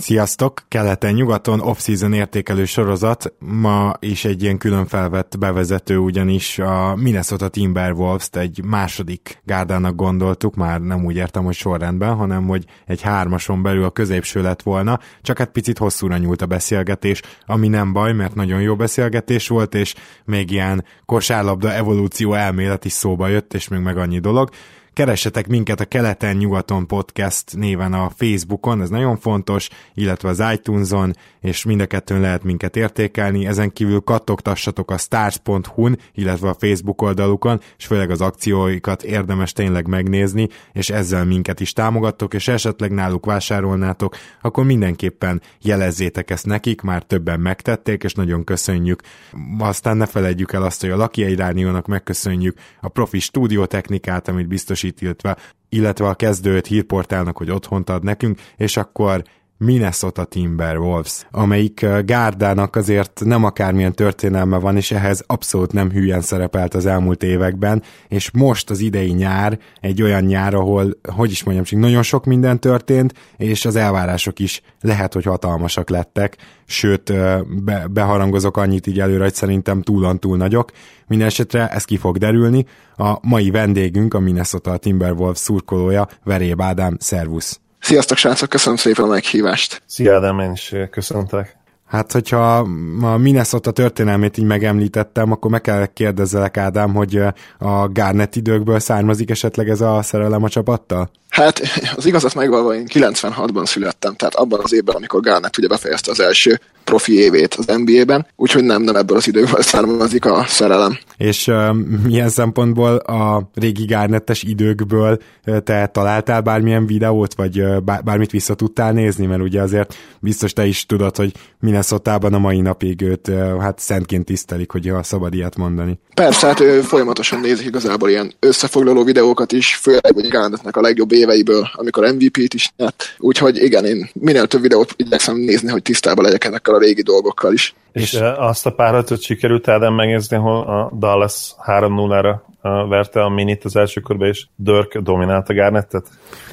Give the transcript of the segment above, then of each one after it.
Sziasztok! Keleten-nyugaton off-season értékelő sorozat, ma is egy ilyen külön felvett bevezető, ugyanis a Minnesota Timberwolves-t egy második gárdának gondoltuk, már nem úgy értem, hogy sorrendben, hanem hogy egy hármason belül a középső lett volna, csak hát picit hosszúra nyúlt a beszélgetés, ami nem baj, mert nagyon jó beszélgetés volt, és még ilyen kosárlabda evolúció elmélet is szóba jött, és még meg annyi dolog. Keressetek minket a Keleten-nyugaton podcast néven a Facebookon, ez nagyon fontos, illetve az iTunes-on, és mind a kettőn lehet minket értékelni, ezen kívül kattogtassatok a stars.hu-n, illetve a Facebook oldalukon, és főleg az akcióikat érdemes tényleg megnézni, és ezzel minket is támogattok, és esetleg náluk vásárolnátok, akkor mindenképpen jelezzétek ezt nekik, már többen megtették, és nagyon köszönjük. Aztán ne felejtjük el azt, hogy a Lucky Rádiónak megköszönjük a profi stúdiótechnikát, amit biztosít, illetve a kezdőt hírportálnak, hogy otthont ad nekünk, és akkor Minnesota Timberwolves, amelyik gárdának azért nem akármilyen történelme van, és ehhez abszolút nem hülyen szerepelt az elmúlt években, és most az idei nyár egy olyan nyár, ahol, hogy is mondjam, csak nagyon sok minden történt, és az elvárások is lehet, hogy hatalmasak lettek, sőt, beharangozok annyit így előre, hogy szerintem túl nagyok. Minden esetre ez ki fog derülni. A mai vendégünk a Minnesota Timberwolves szurkolója, Veréb Ádám, szervusz! Sziasztok, srácok, köszönöm szépen a meghívást. Szia, Ádám, én is köszöntek. Hát, hogyha a Minnesota történelmét így megemlítettem, akkor meg kell kérdezzelek, Ádám, hogy a Garnett időkből származik esetleg ez a szerelem a csapattal? Hát az igazat megvalva én 96-ban születtem, tehát abban az évben, amikor Garnett ugye befejezte az első profi évét az NBA-ben, úgyhogy nem ebből az időből származik a szerelem. És milyen szempontból a régi Garnettes időkből te találtál bármilyen videót, vagy bármit vissza tudtál nézni, mert ugye azért biztos te is tudod, hogy Minnesotában a mai napig őt hát szentként tisztelik, hogy szabad ilyet mondani. Persze, hát folyamatosan nézik igazából ilyen összefoglaló videókat is, főleg hogy Garnettnek a legjobb éveiből, amikor MVP-t is nyert. Úgyhogy igen, én minél több videót igyekszem nézni, hogy tisztában legyek ennek a régi dolgokkal is. És azt a páratot sikerült Ádám megnézni, ahol a Dallas 3-0-ra verte a Minit az első körbe, és Dirk dominálta Garnettet?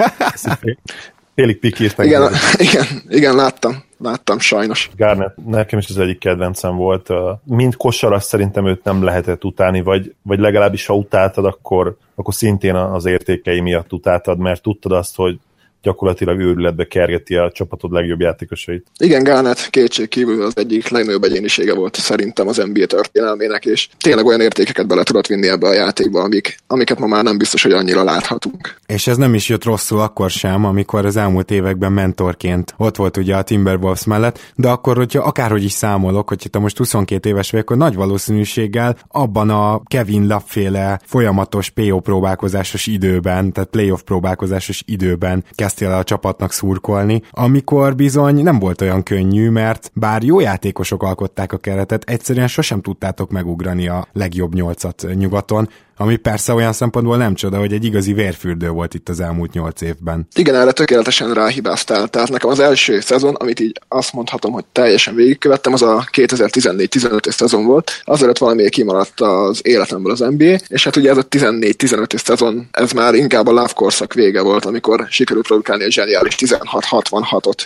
Félig pikírták. Igen, láttam sajnos. Garnett nekem is az egyik kedvencem volt. Mint kosaras szerintem őt nem lehetett utálni, vagy legalábbis ha utáltad, akkor szintén az értékei miatt utáltad, mert tudtad azt, hogy gyakorlatilag őrületbe kergeti a csapatod legjobb játékosait. Igen, Garnett kétség kívül az egyik legnagyobb egyénisége volt szerintem az NBA történelmének, és tényleg olyan értékeket bele tudott vinni ebbe a játékba, amiket ma már nem biztos, hogy annyira láthatunk. És ez nem is jött rosszul akkor sem, amikor az elmúlt években mentorként ott volt ugye a Timberwolves mellett, de akkor, hogyha akárhogy is számolok, hogy te most 22 éves vagy, akkor nagy valószínűséggel abban a Kevin Love-féle folyamatos PO próbálkozásos időben, tehát playoff próbálkozásos időben kezdtél a csapatnak szurkolni, amikor bizony nem volt olyan könnyű, mert bár jó játékosok alkották a keretet, egyszerűen sosem tudtátok megugrani a legjobb 8-at nyugaton, ami persze olyan szempontból nem csoda, hogy egy igazi vérfürdő volt itt az elmúlt 8 évben. Igen, erre tökéletesen ráhibáztál. Tehát nekem az első szezon, amit így azt mondhatom, hogy teljesen végigkövettem, az a 2014-15-ös szezon volt. Azelőtt valamiért kimaradt az életemből az NBA, és hát ugye ez a 14-15-ös szezon, ez már inkább a Love korszak vége volt, amikor sikerült produkálni a zseniális 16-66-ot.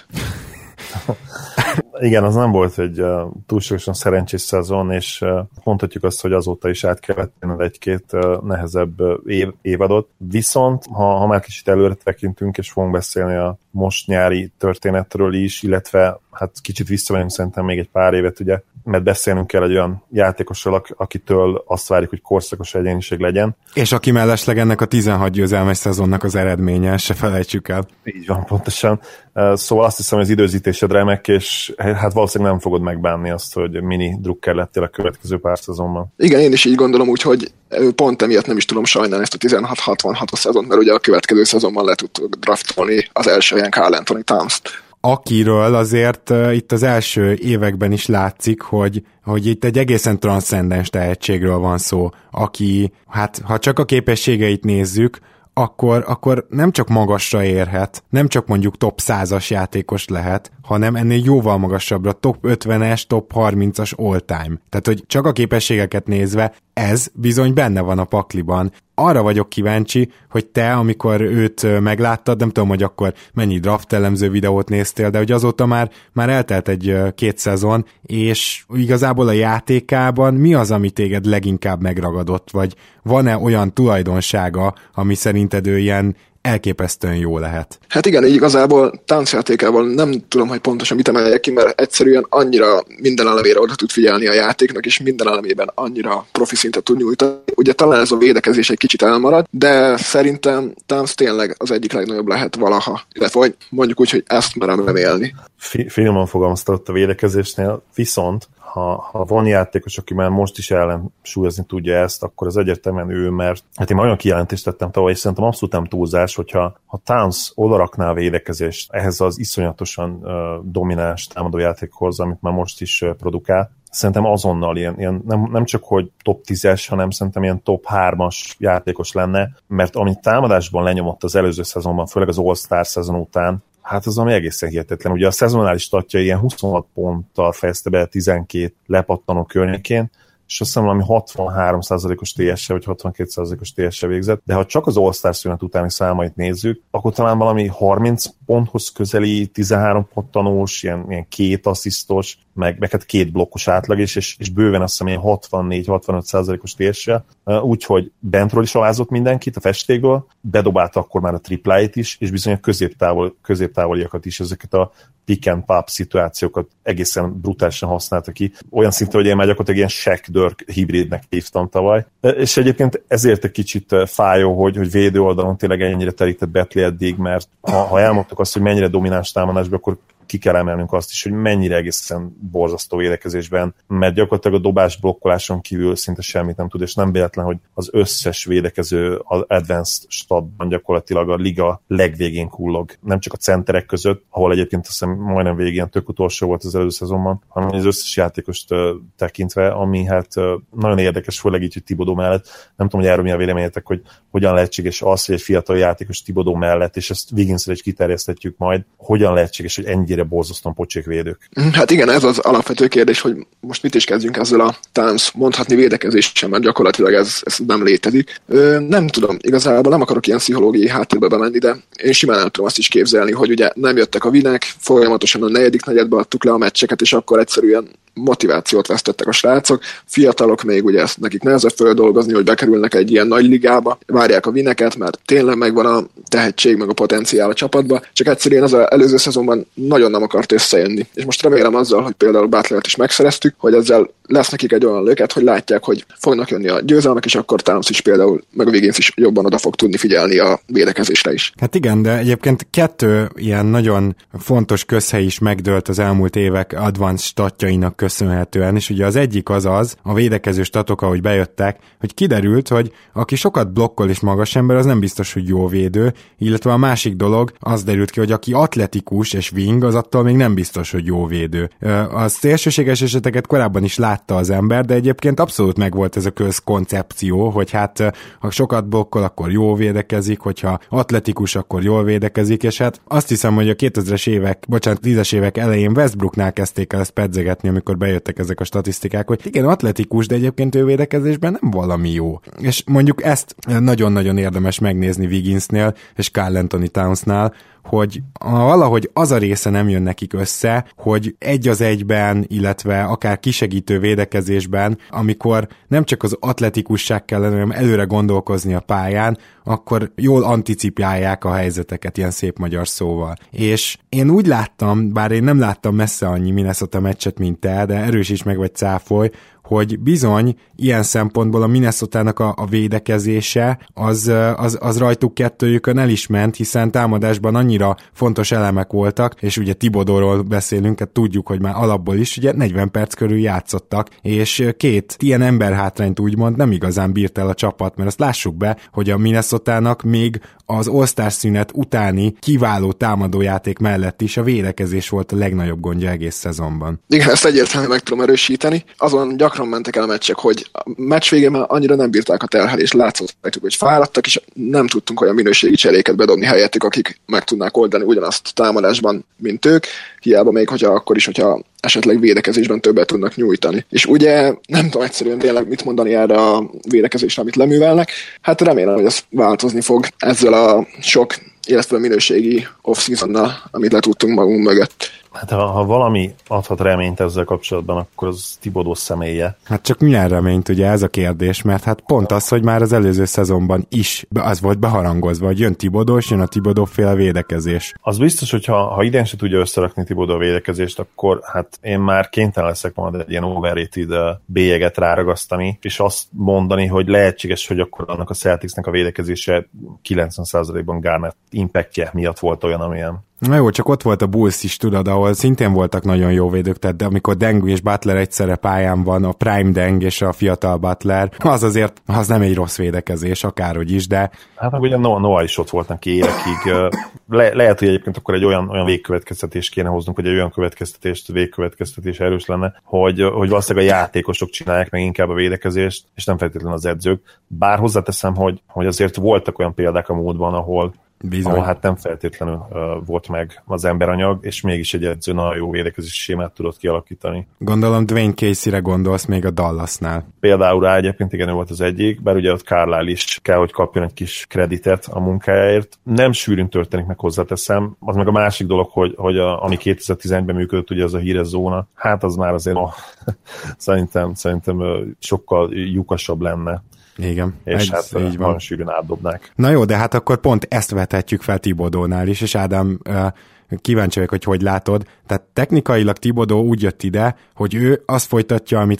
Igen, az nem volt egy túlságosan szerencsés szezon, és mondhatjuk azt, hogy azóta is át kellett tenned egy-két nehezebb évadot. Viszont, ha már kicsit előre tekintünk, és fogunk beszélni a most nyári történetről is, illetve hát kicsit visszamegyünk szerintem még egy pár évet, ugye, mert beszélnünk kell egy olyan játékosról, akitől azt várjuk, hogy korszakos egyéniség legyen. És aki mellesleg ennek a 16 győzelmes szezonnak az eredménye, se felejtsük el. Így van, pontosan. Szóval azt hiszem, hogy az időzítésed remek, és hát valószínűleg nem fogod megbánni azt, hogy mini drukker lettél a következő pár szezonban. Igen, én is így gondolom, úgyhogy pont emiatt nem is tudom sajnálni ezt a 16-66-os szezont, mert ugye a következő szezonban le tudtuk draftolni az első ilyen Karl Anthony Towns-t. Akiről azért itt az első években is látszik, hogy itt egy egészen transzcendens tehetségről van szó, aki, hát ha csak a képességeit nézzük, akkor nem csak magasra érhet, nem csak mondjuk top 100-as játékos lehet, hanem ennél jóval magasabbra, top 50-es, top 30-as all-time. Tehát, hogy csak a képességeket nézve ez bizony benne van a pakliban. Arra vagyok kíváncsi, hogy te, amikor őt megláttad, nem tudom, hogy akkor mennyi draft elemző videót néztél, de hogy azóta már eltelt egy-két szezon, és igazából a játékában mi az, ami téged leginkább megragadott, vagy van-e olyan tulajdonsága, ami szerinted ő ilyen elképesztően jó lehet? Hát igen, igazából táncjátékával nem tudom, hogy pontosan mit emeljek ki, mert egyszerűen annyira minden elemére oda tud figyelni a játéknak, és minden elemében annyira profi szintet tud nyújtani. Ugye talán ez a védekezés egy kicsit elmarad, de szerintem Towns tényleg az egyik legnagyobb lehet valaha. Illetve mondjuk úgy, hogy ezt merem remélni. Finoman fogalmaztatott a védekezésnél, viszont ha van játékos, aki már most is ellensúlyozni tudja ezt, akkor az egyértelműen ő, mert hát én olyan kijelentést tettem tavaly, és szerintem abszolút nem túlzás, hogyha Towns odarakná a védekezést ehhez az iszonyatosan domináns támadójátékhoz, amit már most is produkál, szerintem azonnal ilyen nem csak, hogy top 10-es, hanem szerintem ilyen top 3-as játékos lenne, mert amit támadásban lenyomott az előző szezonban, főleg az All-Star szezon után, hát az ami egészen hihetetlen. Ugye a szezonális statja ilyen 26 ponttal fejezte be 12 lepattanó környékén, és azt hiszem valami 63%-os TS-e, vagy 62%-os TS-e végzett, de ha csak az All-Star szünet utáni számait nézzük, akkor talán valami 30 ponthoz közeli, 13 pattanós, ilyen 2 asszisztos, meg hát 2 blokkos átlag is, és bőven azt hiszem ilyen 64-65%-os TS-e, úgyhogy bentről is alázott mindenkit a festékből, bedobálta akkor már a tripláit is, és bizony a középtávoliakat is, ezeket a pick and pop szituációkat egészen brutálisan használta ki. Olyan szinten, hogy én már gyakorlatilag ilyen Shaq Dirk hibridnek hívtam tavaly. És egyébként ezért egy kicsit fájó, hogy védő oldalon tényleg ennyire terített Betley eddig, mert ha elmondtuk azt, hogy mennyire domináns támadásban, akkor ki kell emelnünk azt is, hogy mennyire egészen borzasztó védekezésben, mert gyakorlatilag a dobás blokkoláson kívül szinte semmit nem tud, és nem véletlen, hogy az összes védekező az advanced statban gyakorlatilag a liga legvégén kullog. Nem csak a centerek között, ahol egyébként azt hiszem majdnem végén tök utolsó volt az előző szezonban, hanem az összes játékost tekintve, ami hát nagyon érdekes, főleg így, hogy Thibodeau mellett. Nem tudom, hogy erről mi a véleményetek, hogy hogyan lehetséges az, hogy egy fiatal játékos Thibodeau mellett, és ezt Wigginsre is kiterjeszthetjük majd, hogyan lehetséges, hogy ennyire borzasztóan pocsék védők. Hát igen, ez az alapvető kérdés, hogy most mit is kezdjünk ezzel a Towns mondhatni védekezéssel, mert gyakorlatilag ez nem létezik. Nem tudom, igazából nem akarok ilyen pszichológiai háttérbe bemenni, de én simán el tudom azt is képzelni, hogy ugye nem jöttek a winek, folyamatosan a negyedik negyedbe adtuk le a meccseket, és akkor egyszerűen motivációt vesztettek a srácok, fiatalok még ugye ezt nekik nehezebb földolgozni, hogy bekerülnek egy ilyen nagy ligába, várják a wineket, mert tényleg megvan a tehetség, meg a potenciál a csapatba, csak egyszerűen az előző szezonban nagyon nem akart összejönni. És most remélem azzal, hogy például Butlert is megszereztük, hogy ezzel lesz nekik egy olyan löket, hogy látják, hogy fognak jönni a győzelmek, és akkor Towns is például, meg a Wiggins is jobban oda fog tudni figyelni a védekezésre is. Hát igen, de egyébként 2 ilyen nagyon fontos közhely is megdőlt az elmúlt évek advanced statjainak köszönhetően, és ugye az egyik az a védekező statok, ahogy bejöttek, hogy kiderült, hogy aki sokat blokkol és magas ember, az nem biztos, hogy jó védő, illetve a másik dolog, az derült ki, hogy aki atletikus és wing, az attól még nem biztos, hogy jó védő. A szélsőséges eseteket korábban is látta az ember, de egyébként abszolút megvolt ez a közkoncepció, hogy hát ha sokat blokkol, akkor jól védekezik, hogyha atletikus, akkor jól védekezik, és hát azt hiszem, hogy a 10-es évek elején Westbrooknál kezdték el ezt pedzegetni, amikor bejöttek ezek a statisztikák, hogy igen, atletikus, de egyébként ő védekezésben nem valami jó. És mondjuk ezt nagyon-nagyon érdemes megnézni Wigginsnél és Karl Anthony Townsnál, hogy valahogy az a része nem jön nekik össze, hogy egy az egyben, illetve akár kisegítő védekezésben, amikor nem csak az atletikusság kellene, hanem előre gondolkozni a pályán, akkor jól anticipálják a helyzeteket, ilyen szép magyar szóval. És én úgy láttam, bár én nem láttam messze annyi Minnesota meccset, mint te, de erősíts meg vagy cáfolj, hogy bizony ilyen szempontból a Minnesotának a védekezése az rajtuk kettőjükön el is ment, hiszen támadásban annyira fontos elemek voltak, és ugye Thibodeauról beszélünk, hát tudjuk, hogy már alapból is ugye 40 perc körül játszottak, és 2 ilyen emberhátrányt úgymond nem igazán bírt el a csapat, mert azt lássuk be, hogy a Minnesotának még az All-Star szünet utáni kiváló támadójáték mellett is a védekezés volt a legnagyobb gondja egész szezonban. Igen, ezt egyértelműen meg tudom erősíteni. Azon gyakran mentek el a meccsek, hogy a meccs végén már annyira nem bírták a terhelést, látszott, hogy fáradtak, és nem tudtunk olyan minőségi cseréket bedobni helyettük, akik meg tudnák oldani ugyanazt támadásban, mint ők, hiába még, hogyha akkor is, hogyha esetleg védekezésben többet tudnak nyújtani. És ugye nem tudom egyszerűen tényleg mit mondani erre a védekezésre, amit leművelnek. Hát remélem, hogy ez változni fog ezzel a sok, illetve a minőségi off-seasonnal, amit letudtunk magunk mögött. Hát ha valami adhat reményt ezzel kapcsolatban, akkor az Thibodeau személye. Hát csak milyen reményt, ugye ez a kérdés, mert hát pont az, hogy már az előző szezonban is az volt beharangozva, hogy jön Thibodeau, és jön a Thibodeau-féle védekezés. Az biztos, hogy ha idén se tudja összerakni Thibodeau a védekezést, akkor hát én már kénytelen leszek majd egy ilyen overrated bélyeget ráragasztani, és azt mondani, hogy lehetséges, hogy akkor annak a Celticsnek a védekezése 90%-ban Garnett impactje miatt volt olyan, amilyen. Na jó, csak ott volt a Bulls is, tudod, ahol szintén voltak nagyon jó védők, tehát de amikor Deng és Butler egyszerre pályán van, a Prime Deng és a fiatal Butler, az azért, az nem egy rossz védekezés, akárhogy is, de... Hát ugye Noah is ott volt neki évekig. Lehet, hogy egyébként akkor egy olyan végkövetkeztetést kéne hoznunk, hogy egy olyan végkövetkeztetés erős lenne, hogy valószínűleg a játékosok csinálják meg inkább a védekezést, és nem feltétlenül az edzők. Bár hozzáteszem, hogy azért voltak olyan példák a múltban, ahol hát nem feltétlenül volt meg az emberanyag, és mégis egy edző nagyon jó védekezési sémát tudott kialakítani. Gondolom Dwayne Casey-re gondolsz még a Dallasnál. Például rá egyébként igen, ő volt az egyik, bár ugye ott Carlisle is kell, hogy kapjon egy kis kreditet a munkájáért. Nem sűrűn történik meg, hozzáteszem. Az meg a másik dolog, hogy ami 2011-ben működött, ugye az a híres zóna, hát az már azért szerintem sokkal lyukasabb lenne. Igen. És hát így van, sűrűn átdobnák. Na jó, de hát akkor pont ezt vethetjük fel Thibodeaunál is, és Ádám, kíváncsi vagyok, hogy látod. Tehát technikailag Thibodeau úgy jött ide, hogy ő azt folytatja, amit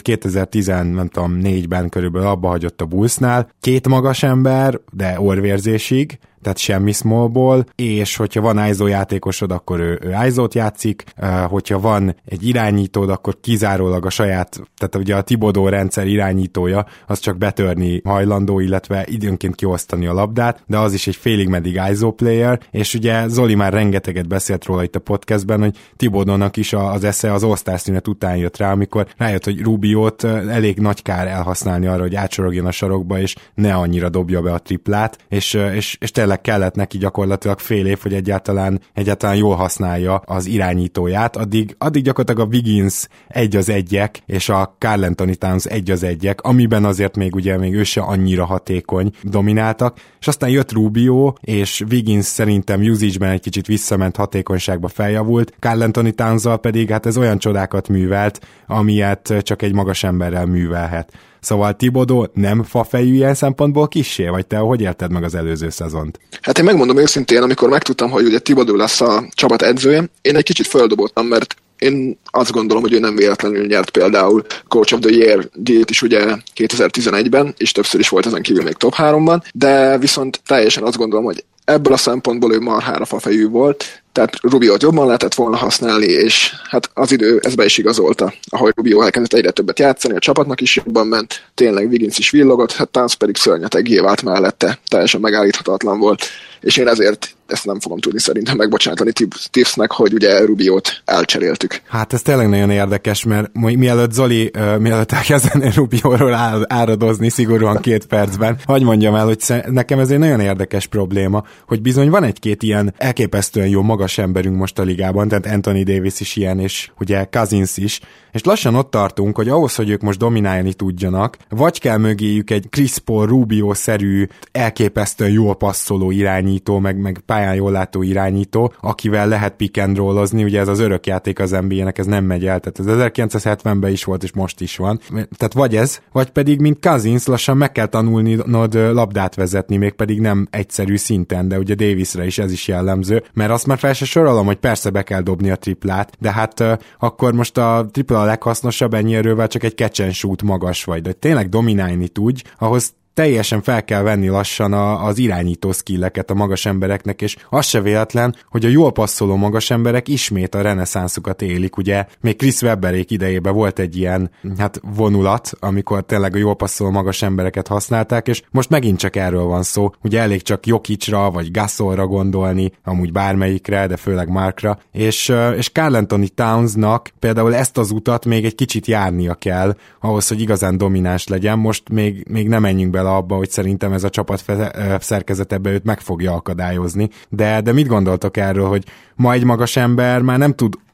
2014-ben körülbelül abba hagyott a Bullsnál. 2 magas ember, de orvérzésig, tehát semmi smallból, és hogyha van ISO játékosod, akkor ő ISO-t játszik, hogyha van egy irányítód, akkor kizárólag a saját, tehát ugye a Thibodeau rendszer irányítója, az csak betörni hajlandó, illetve időnként kiosztani a labdát, de az is egy félig meddig ISO player, és ugye Zoli már rengeteget beszélt róla itt a podcastben, hogy Thibodeaunak is az esze az All-Star szünet után jött rá, amikor rájött, hogy Rubiót elég nagy kár elhasználni arra, hogy átsorogjon a sarokba, és ne annyira dobja be a triplát, és tényleg kellett neki gyakorlatilag fél év, hogy egyáltalán jól használja az irányítóját, addig gyakorlatilag a Wiggins 1-1-ek, és a Karl Anthony Towns 1-1-ek, amiben azért még ő se annyira hatékony domináltak, és aztán jött Rubio, és Wiggins szerintem usage-ben egy kicsit visszament, hatékonyságba feljavult, Karl Anthony Townssal pedig hát ez olyan csodákat művelt, amilyet csak egy magas emberrel művelhet. Szóval Thibodeau nem fafejű ilyen szempontból kissé, vagy te hogy érted meg az előző szezont? Hát én megmondom őszintén, amikor megtudtam, hogy ugye Thibodeau lesz a csapat edzője, én egy kicsit földobottam, mert én azt gondolom, hogy ő nem véletlenül nyert például Coach of the Year díjat is ugye 2011-ben, és többször is volt ezen kívül még top 3-ban, de viszont teljesen azt gondolom, hogy ebből a szempontból ő marhára fafejű volt, tehát Rubiót jobban lehetett volna használni, és hát az idő ezt be is igazolta. Ahogy Rubio elkezdett egyre többet játszani, a csapatnak is jobban ment, tényleg Wiggins is villogott, hát Towns pedig szörnyeteggé vált mellette, teljesen megállíthatatlan volt, és én ezért ezt nem fogom tudni szerintem megbocsátani Tibbsnek, hogy ugye Rubiót elcseréltük. Hát ez tényleg nagyon érdekes, mert mielőtt Zoli, mielőtt elkezdené Rubióról áradozni szigorúan 2 percben, hadd mondjam el, hogy nekem ez egy nagyon érdekes probléma, hogy bizony van egy-két ilyen elképesztően jó magas emberünk most a ligában, tehát Anthony Davis is ilyen, és ugye Cousins is, és lassan ott tartunk, hogy ahhoz, hogy ők most dominálni tudjanak, vagy kell mögéjük egy Chris Paul Rubio-szerű, elképesztően jól passzoló irányító, meg pályán jól látó irányító, akivel lehet pick and rollozni, ugye ez az örök játék az NBA-nek, ez nem megy el, tehát ez 1970-ben is volt, és most is van. Tehát vagy ez, vagy pedig, mint Cousins, lassan meg kell tanulnod labdát vezetni, még pedig nem egyszerű szinten, de ugye Davisre is ez is jellemző, mert azt már fel se sorolom, hogy persze be kell dobni a triplát, de hát akkor most a tripla a leghasznosabb, ennyi erővel csak egy catch and shoot magas vagy, de tényleg dominálni tudj, ahhoz teljesen fel kell venni lassan az irányító skilleket a magas embereknek, és az se véletlen, hogy a jól passzoló magas emberek ismét a reneszánszukat élik, ugye még Chris Webberék idejében volt egy ilyen vonulat, amikor tényleg a jól passzoló magas embereket használták, és most megint csak erről van szó, ugye elég csak Jokicra vagy Gasolra gondolni, amúgy bármelyikre, de főleg Markra, és Karl Anthony Townsnak például ezt az utat még egy kicsit járnia kell, ahhoz, hogy igazán domináns legyen, most még nem menjünk bele abba, hogy szerintem ez a csapat szerkezetebe őt meg fogja akadályozni. De mit gondoltok erről, hogy ma egy magas ember már nem tud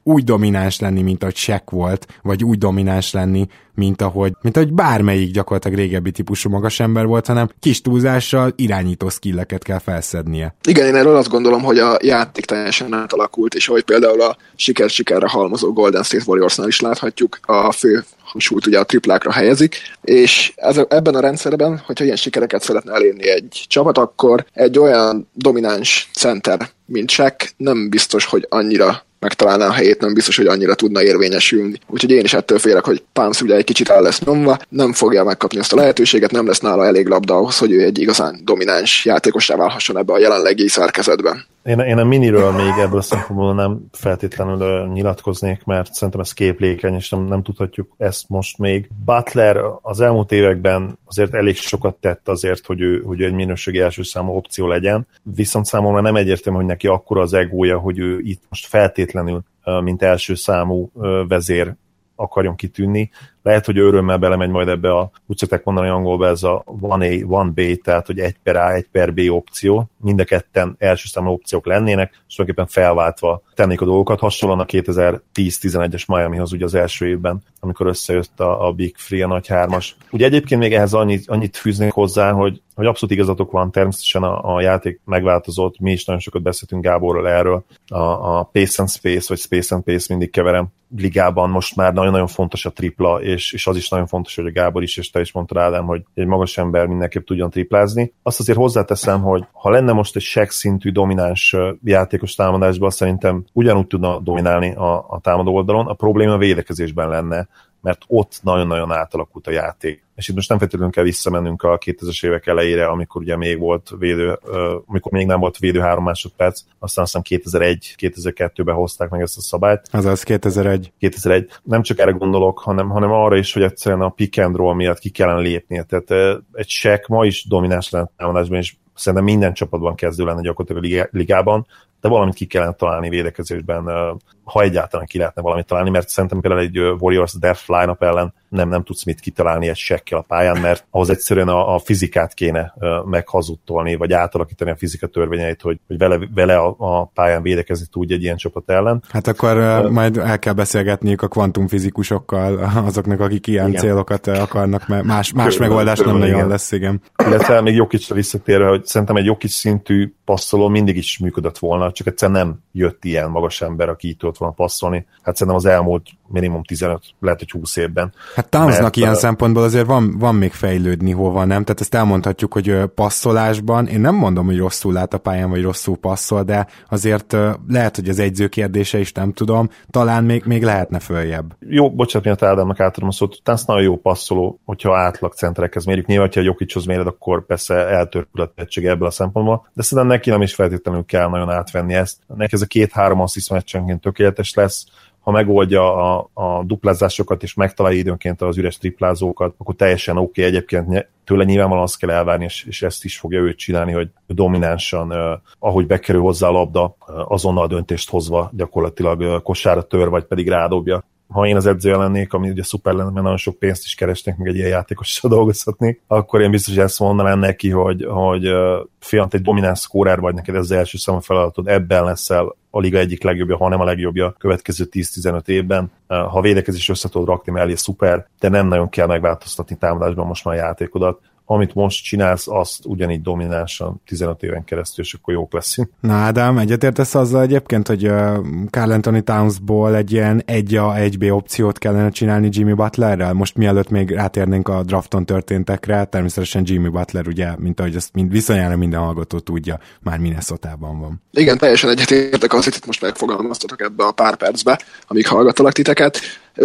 úgy domináns lenni, mint ahogy Shaq volt, vagy úgy domináns lenni, mint ahogy bármelyik gyakorlatilag régebbi típusú magasember volt, hanem kis túlzással irányító skilleket kell felszednie. Igen, én erről azt gondolom, hogy a játék teljesen átalakult, és ahogy például a sikerre halmozó Golden State Warriorsnál is láthatjuk, a fő hangsúlyt ugye a triplákra helyezik, és ebben a rendszerben, hogyha ilyen sikereket szeretne elérni egy csapat, akkor egy olyan domináns center, mint Shaq, nem biztos, hogy annyira megtalálná a helyét, nem biztos, hogy annyira tudna érvényesülni. Úgyhogy én is ettől félek, hogy Towns ugye egy kicsit el lesz nyomva, nem fogja megkapni azt a lehetőséget, nem lesz nála elég labda ahhoz, hogy ő egy igazán domináns játékossá válhasson ebbe a jelenlegi szerkezetben. Én a miniről még ebből a szempontból nem feltétlenül nyilatkoznék, mert szerintem ez képlékeny, és nem tudhatjuk ezt most még. Butler az elmúlt években azért elég sokat tett azért, hogy ő egy minőségi első számú opció legyen, viszont számomra nem egyértelmű, hogy neki akkora az egója, hogy ő itt most feltétlenül, mint első számú vezér akarjon kitűnni. Lehet, hogy örömmel belemegy majd ebbe úgy szokták mondani angolba, ez a 1A, 1B, tehát hogy 1/A, 1/B opció. Mind a ketten első számú opciók lennének, és tulajdonképpen felváltva tennék a dolgokat. Hasonlóan a 2010-11-es Miamihoz ugye az első évben, amikor összejött a Big Free, a nagy hármas. Ugye egyébként még ehhez annyit fűznék hozzá, hogy abszolút igazatok van, természetesen a játék megváltozott, mi is nagyon sokat beszéltünk Gáborral erről, a Pace and Space, vagy Space and Pace, mindig keverem, ligában most már nagyon-nagyon fontos a tripla, és az is nagyon fontos, hogy a Gábor is, és te is mondtad, Ádám, hogy egy magas ember mindenképp tudjon triplázni. Azt azért hozzáteszem, hogy ha lenne most egy Shaq szintű domináns játékos támadásban, szerintem ugyanúgy tudna dominálni a támadó oldalon, a probléma a védekezésben lenne, mert ott nagyon-nagyon átalakult a játék. És itt most nem feltétlenül kell visszamennünk a 2000-es évek elejére, amikor ugye még volt amikor még nem volt védő 3 másodperc, aztán 2001-2002-ben hozták meg ezt a szabályt. Azaz 2001. Nem csak erre gondolok, hanem arra is, hogy egyszerűen a pick and roll miatt ki kellene lépnie. Tehát egy Shaq ma is domináns lenne támadásban, és szerintem minden csapatban kezdő lenne gyakorlatilag a ligában, de valamit ki kellene találni védekezésben, ha egyáltalán ki lehetne valamit találni, mert szerintem például egy Warriors Death Line-up ellen nem tudsz mit kitalálni egy Shaq-kel a pályán, mert ahhoz egyszerűen a fizikát kéne meghazudtolni, vagy átalakítani a fizika törvényeit, hogy vele a pályán védekezni tudj egy ilyen csapat ellen. Hát akkor majd el kell beszélgetniük a kvantumfizikusokkal, azoknak, akik ilyen célokat akarnak, mert más megoldás nem nagyon lesz, igen. Illetve még Jokićra visszatérve, hogy szerintem egy Jokić szintű passzoló mindig is működött volna, csak egyszerűen nem jött ilyen magas ember, aki így tudott volna passzolni. Hát szerintem az elmúlt minimum 15, lehet, hogy 20 évben. Hát Townsnak ilyen szempontból azért van még fejlődni hova, nem? Tehát ezt elmondhatjuk, hogy passzolásban, én nem mondom, hogy rosszul lát a pályán, vagy rosszul passzol, de azért lehet, hogy az egyző kérdése is nem tudom, talán még lehetne följebb. Jó, bocsánat, miatt Ádámnak átadom a szót, Towns nagyon jó passzoló, hogyha átlag centerekhez mérjük. Nyilván, ha a Jokićhoz méred, akkor persze eltörpül a tehetsége ebből a szempontból, de szerintem neki nem is feltétlenül kell nagyon átvenni ezt. Neki ez a 2-3 assziszt meccsenként tökéletes lesz, ha megoldja a duplázásokat és megtalálja időnként az üres triplázókat, akkor teljesen oké. Egyébként tőle nyilvánvalóan azt kell elvárni, és ezt is fogja őt csinálni, hogy dominánsan, ahogy bekerül hozzá a labda, azonnal döntést hozva gyakorlatilag kosárra tör, vagy pedig rádobja. Ha én az edzője lennék, ami ugye szuper lenne, mert nagyon sok pénzt is keresnék, meg egy ilyen játékossal dolgozhatnék, akkor én biztos, hogy ezt mondanám neki, hogy fiam, egy domináns szkórer vagy, neked ez az első számú feladatod, ebben leszel a liga egyik legjobbja, ha nem a legjobbja következő 10-15 évben. Ha védekezés össze tudod rakni mellé, szuper, de nem nagyon kell megváltoztatni támadásban most már a játékodat. Amit most csinálsz, azt ugyanígy dominánsan 15 éven keresztül, és akkor jók leszünk. Na Ádám, egyetértesz azzal egyébként, hogy Karl Anthony Townsból egy ilyen 1A, 1B opciót kellene csinálni Jimmy Butlerrel? Most mielőtt még rátérnénk a drafton történtekre, természetesen Jimmy Butler, ugye, mint ahogy ezt viszonyára minden hallgató tudja, már Minnesotában van. Igen, teljesen egyetértek az, hogy itt most megfogalmaztatok ebbe a pár percbe, amíg hallgattalak titeket.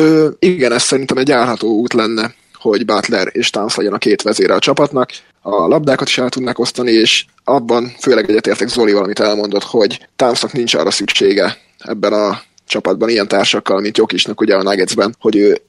Igen, ez szerintem egy járható út lenne, hogy Butler és Towns legyen a két vezére a csapatnak, a labdákat is el tudnak osztani, és abban főleg egyetértek Zolival, amit elmondott, hogy Townsnak nincs arra szüksége ebben a csapatban ilyen társakkal, mint Jokićnak ugye a Nuggetsben, hogy ő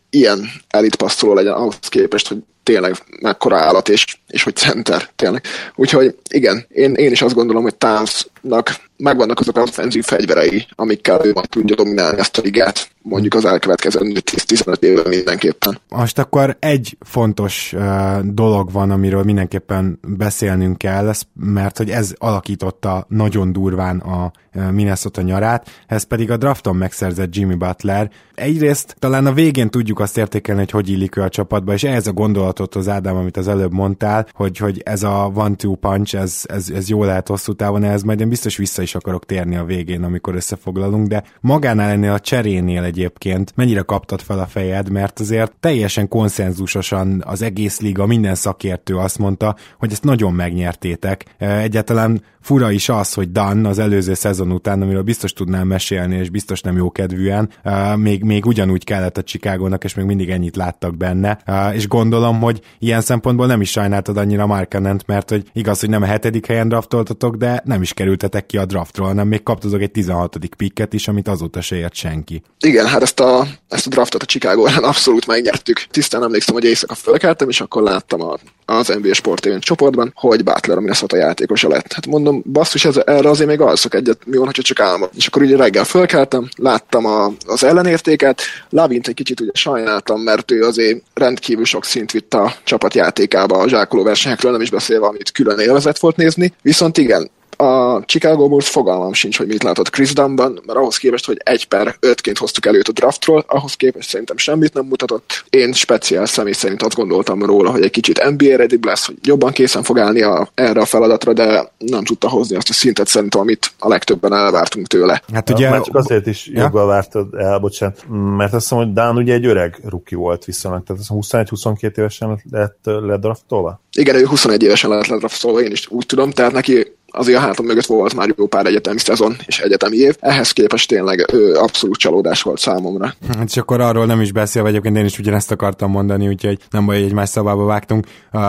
ilyen elitpasszoló legyen ahhoz képest, hogy tényleg mekkora állat, és hogy center, tényleg. Úgyhogy igen, én is azt gondolom, hogy Townsnak megvannak azok az offenzív fegyverei, amikkel ő majd tudja dominálni ezt a ligát, mondjuk az elkövetkező 10-15 évben mindenképpen. Most akkor egy fontos dolog van, amiről mindenképpen beszélnünk kell, mert hogy ez alakította nagyon durván a Minnesota nyarát, ez pedig a drafton megszerzett Jimmy Butler. Egyrészt talán a végén tudjuk azt értékelni, hogy illik ő a csapatba, és ehhez a gondolatot az Ádám, amit az előbb mondtál, hogy ez a one-two punch, ez jó lehet hosszú távon, ehhez majd én biztos vissza is akarok térni a végén, amikor összefoglalunk, de magánál ennél a cserénél egyébként mennyire kaptad fel a fejed, mert azért teljesen konszenzusosan az egész liga, minden szakértő azt mondta, hogy ezt nagyon megnyertétek. Egyáltalán fura is az, hogy Dan az előző szezon után, amiről biztos tudnám mesélni, és biztos nem jókedvűen, még ugyanúgy kellett a Chicagónak, és még mindig ennyit láttak benne, és gondolom, hogy ilyen szempontból nem is sajnáltad annyira Markkanent, mert hogy igaz, hogy nem a 7. helyen draftoltatok, de nem is kerültetek ki a draftról, hanem még kaptatok egy 16. picket is, amit azóta se ért senki. Igen, hát ezt a draftot a Chicago ellen abszolút megnyertük. Tisztán emlékszem, hogy éjszaka fölkeltem, és akkor láttam az NBA Sport TV csoportban, hogy Butler a Minnesota játékosa lett. Hát mondom, basszus, erre azért még alszok egyet, mi van, hogyha csak álmod. És akkor ugye reggel fölkeltem, láttam az ellenértéket, Lavint egy kicsit ugye sajnáltam, mert ő azért rendkívül sok szint vitt a csapatjátékába a zsákoló versenyekről, nem is beszélve, amit külön élvezett volt nézni. Viszont igen, a Chicago Bulls fogalmam sincs, hogy mit látott Chris Dunnban, mert ahhoz képest, hogy 1/5-ként hoztuk előtt a draftról, ahhoz képest szerintem semmit nem mutatott. Én speciál személy szerint azt gondoltam róla, hogy egy kicsit NBA ready lesz, hogy jobban készen fog állni erre a feladatra, de nem tudta hozni azt a szintet szerintem, amit a legtöbben elvártunk tőle. Hát ugye... Már csak azért is jobban vártad el, bocsánat, mert azt mondom, hogy Dunn ugye egy öreg rookie volt viszonylag, tehát 21-22 évesen lett ledraftolva? Igen, ő 21 évesen lett ledraftolva, én is úgy tudom, tehát neki azért a hátam mögött volt már jó pár egyetemi szezon és egyetemi év. Ehhez képest tényleg abszolút csalódás volt számomra. És akkor arról nem is beszélve, egyébként én is ugyanezt akartam mondani, úgyhogy nem baj, hogy egymás szabába vágtunk,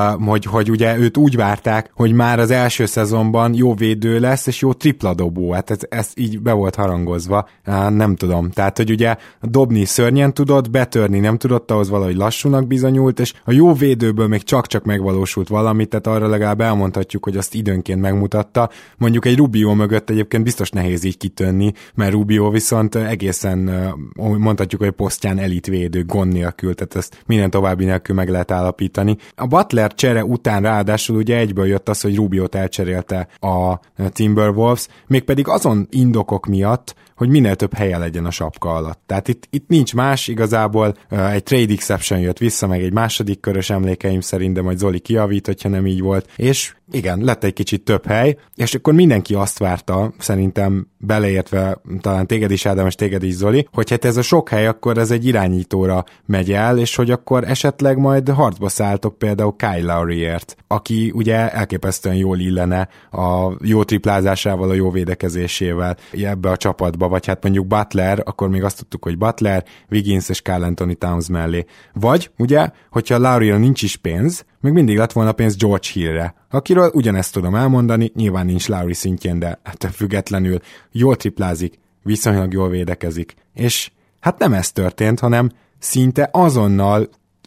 hogy ugye őt úgy várták, hogy már az első szezonban jó védő lesz, és jó tripladobó. Hát ez így be volt harangozva. Nem tudom. Tehát, hogy ugye dobni szörnyen tudott, betörni nem tudott, ahhoz valahogy lassúnak bizonyult, és a jó védőből még csak-csak megvalósult valamit, tehát arra legalább elmondhatjuk, hogy azt időnként megmutat. Mondjuk egy Rubio mögött egyébként biztos nehéz így kitönni, mert Rubio viszont egészen mondhatjuk, hogy posztján elitvédő gond nélkül, tehát ezt minden további nélkül meg lehet állapítani. A Butler csere után ráadásul ugye egyből jött az, hogy Rubiot elcserélte a Timberwolves, mégpedig azon indokok miatt, hogy minél több helye legyen a sapka alatt. Tehát itt nincs más, igazából egy trade exception jött vissza, meg egy második körös emlékeim szerint, de majd Zoli kijavít, hogyha nem így volt, és igen, lett egy kicsit több hely, és akkor mindenki azt várta, szerintem beleértve talán téged is, Ádám, és téged is, Zoli, hogy hát ez a sok hely, akkor ez egy irányítóra megy el, és hogy akkor esetleg majd harcba szálltok például Kyle Lowryért, aki ugye elképesztően jól illene a jó triplázásával, a jó védekezésével ebbe a csapatba, vagy hát mondjuk Butler, akkor még azt tudtuk, hogy Butler, Wiggins és Karl Anthony Towns mellé. Vagy, ugye, hogyha Lowryra nincs is pénz, még mindig lett volna pénz George Hillre, akiről ugyanezt tudom elmondani, nyilván nincs Lowry szintjén, de ettől függetlenül jól triplázik, viszonylag jól védekezik. És hát nem ez történt, hanem szinte azonnal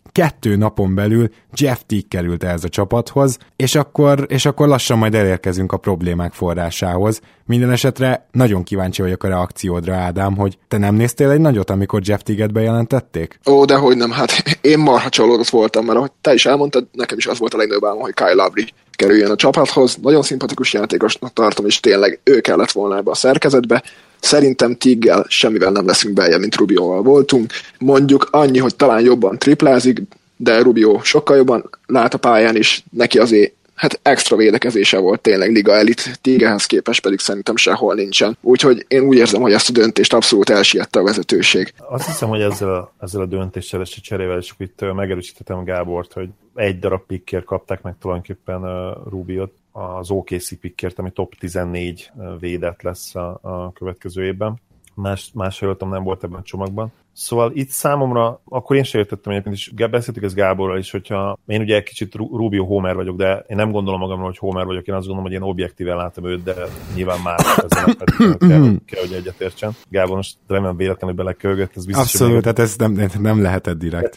2 napon belül Jeff Teague került ehhez a csapathoz, és akkor lassan majd elérkezünk a problémák forrásához. Minden esetre nagyon kíváncsi vagyok a reakciódra, Ádám, hogy te nem néztél egy nagyot, amikor Jeff Teague-et bejelentették? Ó, dehogy nem, hát én marha csalódott voltam, mert ahogy te is elmondtad, nekem is az volt a legnagyobb álmom, hogy Kyle Lowry kerüljön a csapathoz. Nagyon szimpatikus játékosnak tartom, és tényleg ő kellett volna ebbe a szerkezetbe. Szerintem Teague-gel semmivel nem leszünk beljebb, mint Rubioval voltunk. Mondjuk annyi, hogy talán jobban triplázik, de Rubio sokkal jobban lát a pályán is, neki azért hát extra védekezése volt tényleg liga elit, Teague-hez képest pedig szerintem sehol nincsen. Úgyhogy én úgy érzem, hogy ezt a döntést abszolút elsiette a vezetőség. Azt hiszem, hogy ezzel a döntéssel és a cserével is itt megerősítettem Gábort, hogy egy darab pickért kapták meg tulajdonképpen Rubiot, az OKC pickért, ami top 14 védett lesz a következő évben. Más előttem nem volt ebben a csomagban. Szóval itt számomra, akkor én sem értettem egyébként, és beszéltük ezt Gáborral is, hogyha én ugye egy kicsit Rubio Homer vagyok, de én nem gondolom magamról, hogy Homer vagyok, én azt gondolom, hogy én objektíven látom őt, de nyilván már ezzel kell, hogy egyetértsen. Gábor most remélem véletlenül belekölgött, ez biztos. Abszolút, tehát ez nem lehetett direkt.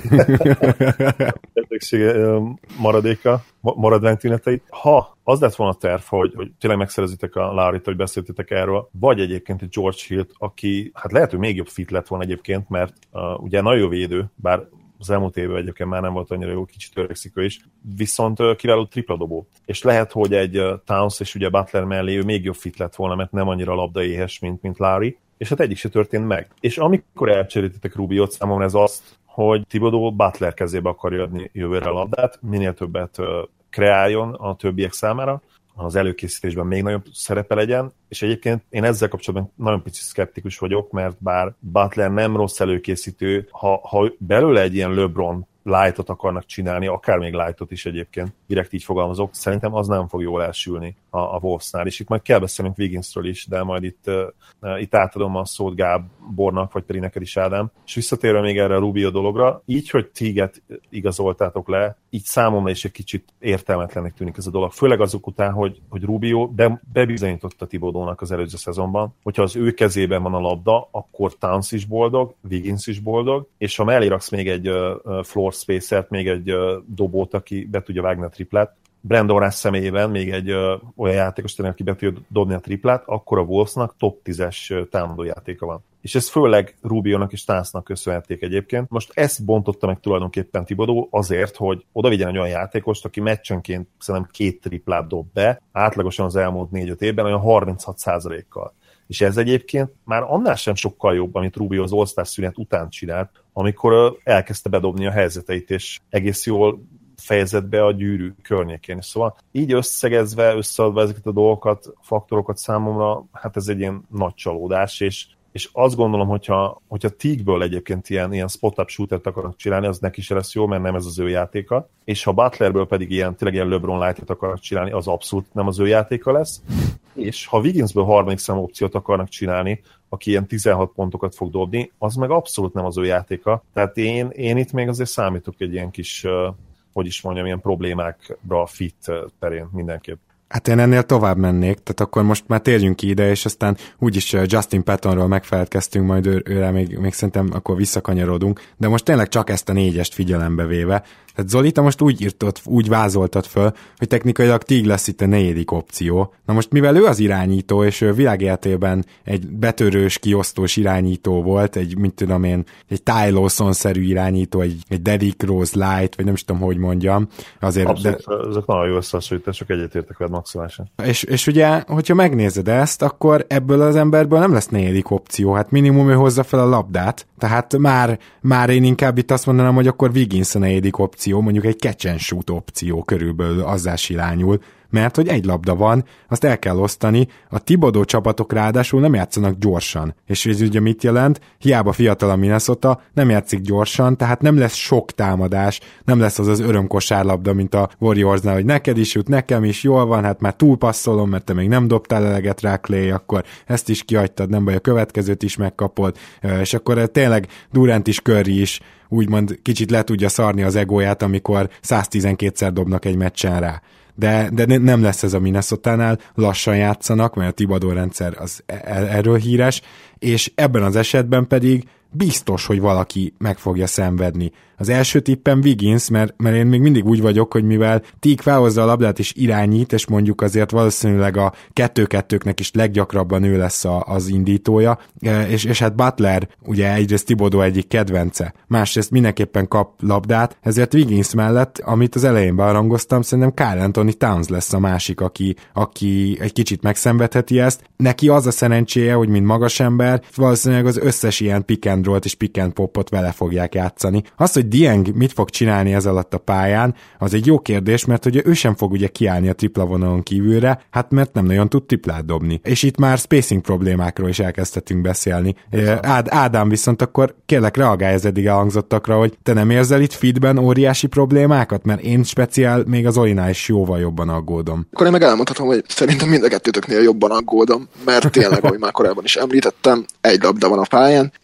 Betegség maradéka, maradványtünetei. Ha az lett volna a terv, hogy tényleg megszerezitek a Lowryt, hogy beszéltetek erről, vagy egyébként egy George Hill-t, aki hát lehet, hogy még jobb fit lett volna egyébként, mert ugye nagyon jó védő, bár az elmúlt évben egyébként már nem volt annyira jó, kicsit öregszik ő is, viszont kiváló tripladobó. És lehet, hogy egy Towns és ugye Butler mellé ő még jobb fit lett volna, mert nem annyira labdaéhes, mint Lowry, és hát egyik se történt meg. És amikor elcseréltetek Rubiot, számomra ez azt, hogy Thibodeau Butler kezébe akarja adni jövőre a labdát, minél többet kreáljon a többiek számára, az előkészítésben még nagyobb szerepe legyen, és egyébként én ezzel kapcsolatban nagyon picit szkeptikus vagyok, mert bár Butler nem rossz előkészítő, ha belőle egy ilyen LeBron lightot akarnak csinálni, akár még lightot is egyébként, direkt így fogalmazok, szerintem az nem fog jól elsülni a Wolvesnál, és itt majd kell beszélnünk Wigginsről is, de majd itt átadom a szót Gábornak, vagy pedig neked is, Ádám. És visszatérve még erre a Rubio dologra, így, hogy Teaget igazoltátok le, így számomra is egy kicsit értelmetlennek tűnik ez a dolog. Főleg azok után, hogy Rubio bebizonyította Thibodeaunak az előző szezonban, hogyha az ő kezében van a labda, akkor Towns is boldog, Wiggins is boldog, és ha mellé raksz még egy floor spacert, még egy dobót, aki be tudja vágni a triplát, Brandon Rush személyében még egy olyan játékos, aki be tudja dobni a triplát, akkor a Wolvesnak top 10-es támadójátéka van. És ez főleg Rubionak és Townsnak köszönhették egyébként. Most ezt bontotta meg tulajdonképpen Thibodeau azért, hogy oda vigyen egy olyan játékost, aki meccsenként szerintem 2 triplát dob be, átlagosan az elmúlt 4-5 évben olyan 36%-kal. És ez egyébként már annál sem sokkal jobb, amit Rubio az All-Star szünet után csinált, amikor elkezdte bedobni a helyzeteit, és egész jól fejezett be a gyűrű környékén. Szóval így összegezve, összeadva ezeket a dolgokat, faktorokat számomra, hát ez egy ilyen nagy csalódás, és azt gondolom, hogyha Teague-ből egyébként ilyen spot-up shootert akarnak csinálni, az neki se lesz jó, mert nem ez az ő játéka, és ha Butlerből pedig tényleg ilyen LeBron Light-et akarnak csinálni, az abszolút nem az ő játéka lesz, és ha Wigginsből harmadik számú opciót akarnak csinálni, aki ilyen 16 pontokat fog dobni, az meg abszolút nem az ő játéka. Tehát én itt még azért számítok egy ilyen kis, hogy is mondjam, ilyen problémákra fit terén mindenképp. Hát én ennél tovább mennék, tehát akkor most már térjünk ki ide, és aztán úgyis Justin Pattonról megfelelkeztünk, majd őre még szerintem akkor visszakanyarodunk, de most tényleg csak ezt a 4-est figyelembe véve. Tehát Zoli, te most úgy vázoltad föl, hogy technikailag Teague lesz itt a 4. opció. Na most mivel ő az irányító, és ő világéletében egy betörős, kiosztós irányító volt, egy Ty Lawson-szerű irányító, egy Derrick Rose Light, vagy nem is tudom, hogy mondjam. Azért, abszolút, ezek nagyon jó összehasonlítások, egyetértek veled maximálisan. És ugye, hogyha megnézed ezt, akkor ebből az emberből nem lesz 4. opció, hát minimum ő hozza fel a labdát, tehát már én inkább itt azt mondanám, hogy akkor Wiggins a 4. opció, mondjuk egy catch and shoot opció körülbelül azzá irányul, mert hogy egy labda van, azt el kell osztani, a Thibodeau csapatok ráadásul nem játszanak gyorsan, és ez ugye mit jelent? Hiába fiatal a Minnesota, nem játszik gyorsan, tehát nem lesz sok támadás, nem lesz az örömkosárlabda, mint a Warriorsnál, hogy neked is jut, nekem is, jól van, hát már túlpasszolom, mert te még nem dobtál eleget rá, Clay, akkor ezt is kihagytad, nem baj, a következőt is megkapod, és akkor tényleg Durant is, Curry is úgymond kicsit le tudja szarni az egóját, amikor 112-szer dobnak egy meccsen rá. De nem lesz ez a Minnesotánál, lassan játszanak, mert a Thibodeau rendszer az erről híres, és ebben az esetben pedig biztos, hogy valaki meg fogja szenvedni. Az első tippem Wiggins, mert én még mindig úgy vagyok, hogy mivel Teague felhozza a labdát és irányít, és mondjuk azért valószínűleg a 2-2-nek is leggyakrabban ő lesz az indítója, és hát Butler ugye egyrészt Thibodeau egyik kedvence, másrészt mindenképpen kap labdát, ezért Wiggins mellett, amit az elején bearangoztam, szerintem Karl Anthony Towns lesz a másik, aki egy kicsit megszenvedheti ezt. Neki az a szerencséje, hogy mint magas ember, valószínűleg az összes ilyen pick and rollt és pick and popot vele fogják játszani. Az, hogy Dieng mit fog csinálni ez alatt a pályán, az egy jó kérdés, mert ugye ő sem fog ugye kiállni a tripla vonalon kívülre, hát mert nem nagyon tud triplát dobni. És itt már spacing problémákról is elkezdhetünk beszélni. Ádám, viszont akkor kérlek reagálj az eddig elhangzottakra, hogy te nem érzel itt feedben óriási problémákat, mert én speciál még az Olinál is jóval jobban aggódom. Akkor én meg elmondhatom, hogy szerintem mind a kettőtöknél jobban aggódom, mert tényleg, ahogy már korábban is említettem, egy labda van a pályán, és ezt nagyon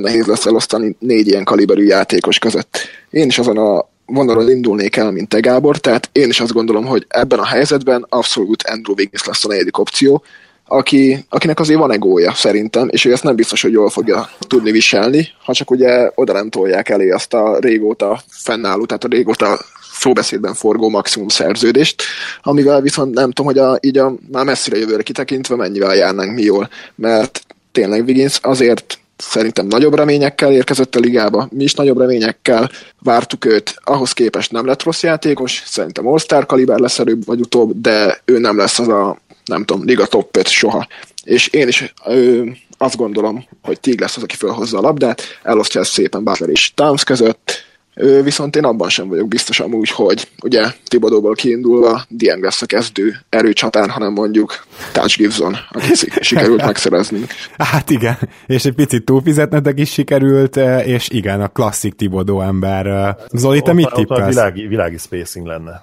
nehéz lesz elosztani 4 ilyen kaliberű játékos között. Én is azon a vonalon indulnék el, mint te, Gábor, tehát én is azt gondolom, hogy ebben a helyzetben abszolút Andrew Wiggins lesz a 4. opció, akinek azért van egója szerintem, és ő ezt nem biztos, hogy jól fogja tudni viselni, ha csak ugye oda nem tolják elé azt a régóta fennálló, tehát a régóta szóbeszédben forgó maximum szerződést, amivel viszont nem tudom, hogy így már messzire jövőre kitekintve mennyivel járnánk mi jól, mert tényleg Wiggins azért szerintem nagyobb reményekkel érkezett a ligába, mi is nagyobb reményekkel vártuk őt, ahhoz képest nem lett rossz játékos, szerintem All-Star kaliber lesz előbb vagy utóbb, de ő nem lesz az a, nem tudom, liga top 5 soha. És én is azt gondolom, hogy Teague lesz az, aki felhozza a labdát, elosztja ezt szépen Butler és Towns között, viszont én abban sem vagyok biztos amúgy, hogy ugye Thibodeauból kiindulva Dieng lesz a kezdő erőcsatár, hanem mondjuk Taj Gibson, akit sikerült megszerezni. Hát igen, és egy picit túlfizetnetek is sikerült, és igen, a klasszik Thibodeau ember. Zoli, te mit tippelsz? Világi spacing lenne.